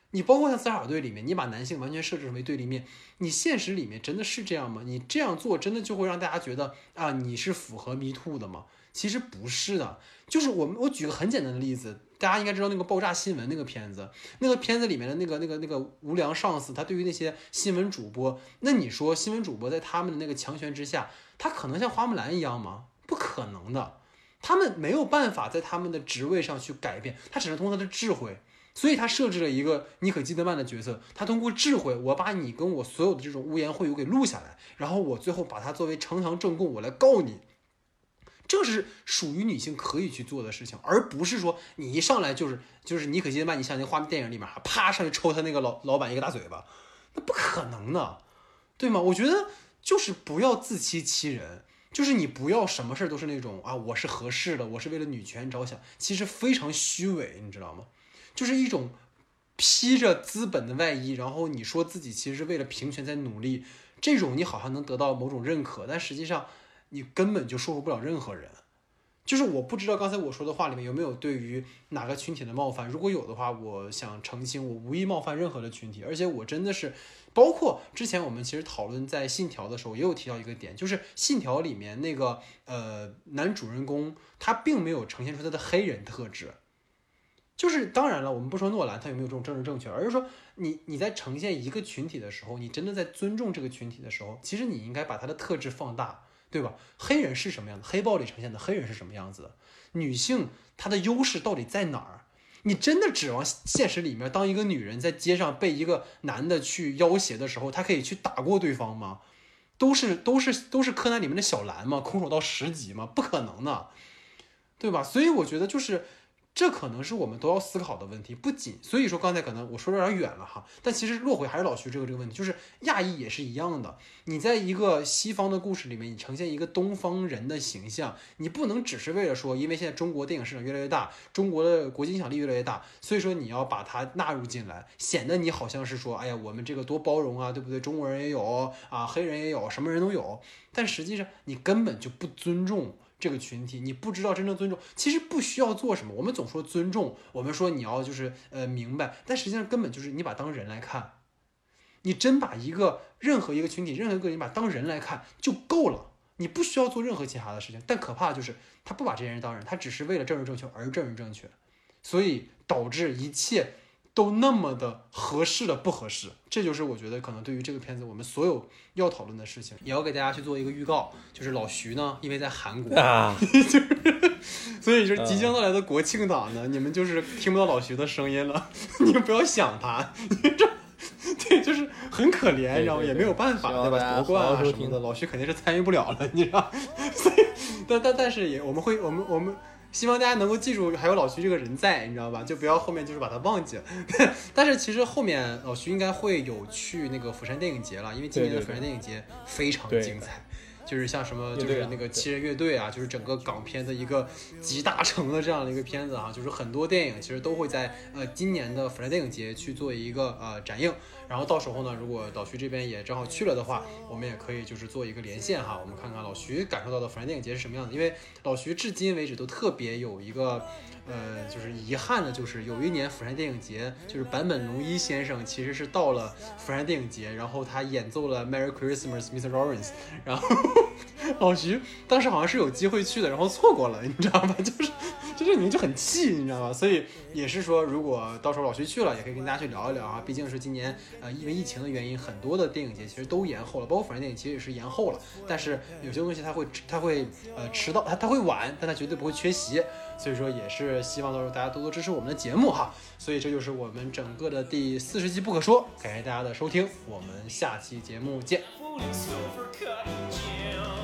S1: 你包括像斯卡尔队里面，你把男性完全设置为对立面，你现实里面真的是这样吗？你这样做真的就会让大家觉得啊，你是符合 Me Too 的吗？其实不是的，就是我举个很简单的例子，大家应该知道那个爆炸新闻那个片子，那个片子里面的那个无良上司，他对于那些新闻主播，那你说新闻主播在他们的那个强权之下，他可能像花木兰一样吗？不可能的，他们没有办法在他们的职位上去改变，他只能通过他的智慧。所以他设置了一个妮可基德曼的角色，他通过智慧，我把你跟我所有的这种污言秽语给录下来，然后我最后把它作为呈堂证供，我来告你。这是属于女性可以去做的事情，而不是说你一上来就是妮可基德曼，你像那画面电影里面，啪上去抽他那个老板一个大嘴巴，那不可能的，对吗？我觉得就是不要自欺欺人，就是你不要什么事都是那种啊，我是合适的，我是为了女权着想，其实非常虚伪，你知道吗？就是一种披着资本的外衣，然后你说自己其实是为了平权在努力，这种你好像能得到某种认可，但实际上你根本就说服不了任何人。就是我不知道刚才我说的话里面有没有对于哪个群体的冒犯，如果有的话，我想澄清，我无意冒犯任何的群体，而且我真的是，包括之前我们其实讨论在信条的时候也有提到一个点，就是信条里面那个男主人公他并没有呈现出他的黑人特质。就是当然了，我们不说诺兰他有没有这种政治正确，而是说你在呈现一个群体的时候，你真的在尊重这个群体的时候，其实你应该把他的特质放大，对吧？黑人是什么样的？黑豹里呈现的黑人是什么样子的？女性她的优势到底在哪儿？你真的指望现实里面，当一个女人在街上被一个男的去要挟的时候，她可以去打过对方吗？都是柯南里面的小兰吗？空手道10级吗？不可能的，对吧？所以我觉得就是这可能是我们都要思考的问题，不仅所以说刚才可能我说的有点远了哈，但其实落回还是老徐这个问题，就是亚裔也是一样的。你在一个西方的故事里面，你呈现一个东方人的形象，你不能只是为了说，因为现在中国电影市场越来越大，中国的国际影响力越来越大，所以说你要把它纳入进来，显得你好像是说，哎呀，我们这个多包容啊，对不对？中国人也有啊，黑人也有，什么人都有，但实际上你根本就不尊重这个群体，你不知道真正尊重，其实不需要做什么。我们总说尊重，我们说你要就是明白，但实际上根本就是你把当人来看，你真把任何一个群体、任何一个人把当人来看就够了，你不需要做任何其他的事情。但可怕的就是他不把这些人当人，他只是为了政治正确而政治正确，所以导致一切都那么的合适的不合适。这就是我觉得可能对于这个片子我们所有要讨论的事情。也要给大家去做一个预告，就是老徐呢因为在韩国所以就是即将到来的国庆档呢，你们就是听不到老徐的声音了你们不要想他对，就是很可怜，然后也没有办法，对吧？夺冠啊什么的，老徐肯定是参与不了了，你知道。所以，但是也我们希望大家能够记住还有老徐这个人在，你知道吧？就不要后面就是把他忘记了。但是其实后面老徐应该会有去那个釜山电影节了，因为今年的釜山电影节非常精彩。就是像什么，就是那个七人乐队啊，就是整个港片的一个集大成的这样的一个片子啊，就是很多电影其实都会在今年的釜山电影节去做一个展映，然后到时候呢，如果老徐这边也正好去了的话，我们也可以就是做一个连线哈，我们看看老徐感受到的釜山电影节是什么样的，因为老徐至今为止都特别有一个就是遗憾的，就是有一年釜山电影节，就是坂本龙一先生其实是到了釜山电影节，然后他演奏了 Merry Christmas Mr. Lawrence， 然后老徐当时好像是有机会去的，然后错过了，你知道吧？就是你就很气，你知道吧？所以也是说，如果到时候老徐去了，也可以跟大家去聊一聊啊。毕竟是今年因为疫情的原因，很多的电影节其实都延后了，包括釜山电影其实也是延后了。但是有些东西它会迟到，它会晚，但它绝对不会缺席。所以说也是希望到时候大家多多支持我们的节目哈。所以这就是我们整个的第40期不可说，感谢大家的收听，我们下期节目见。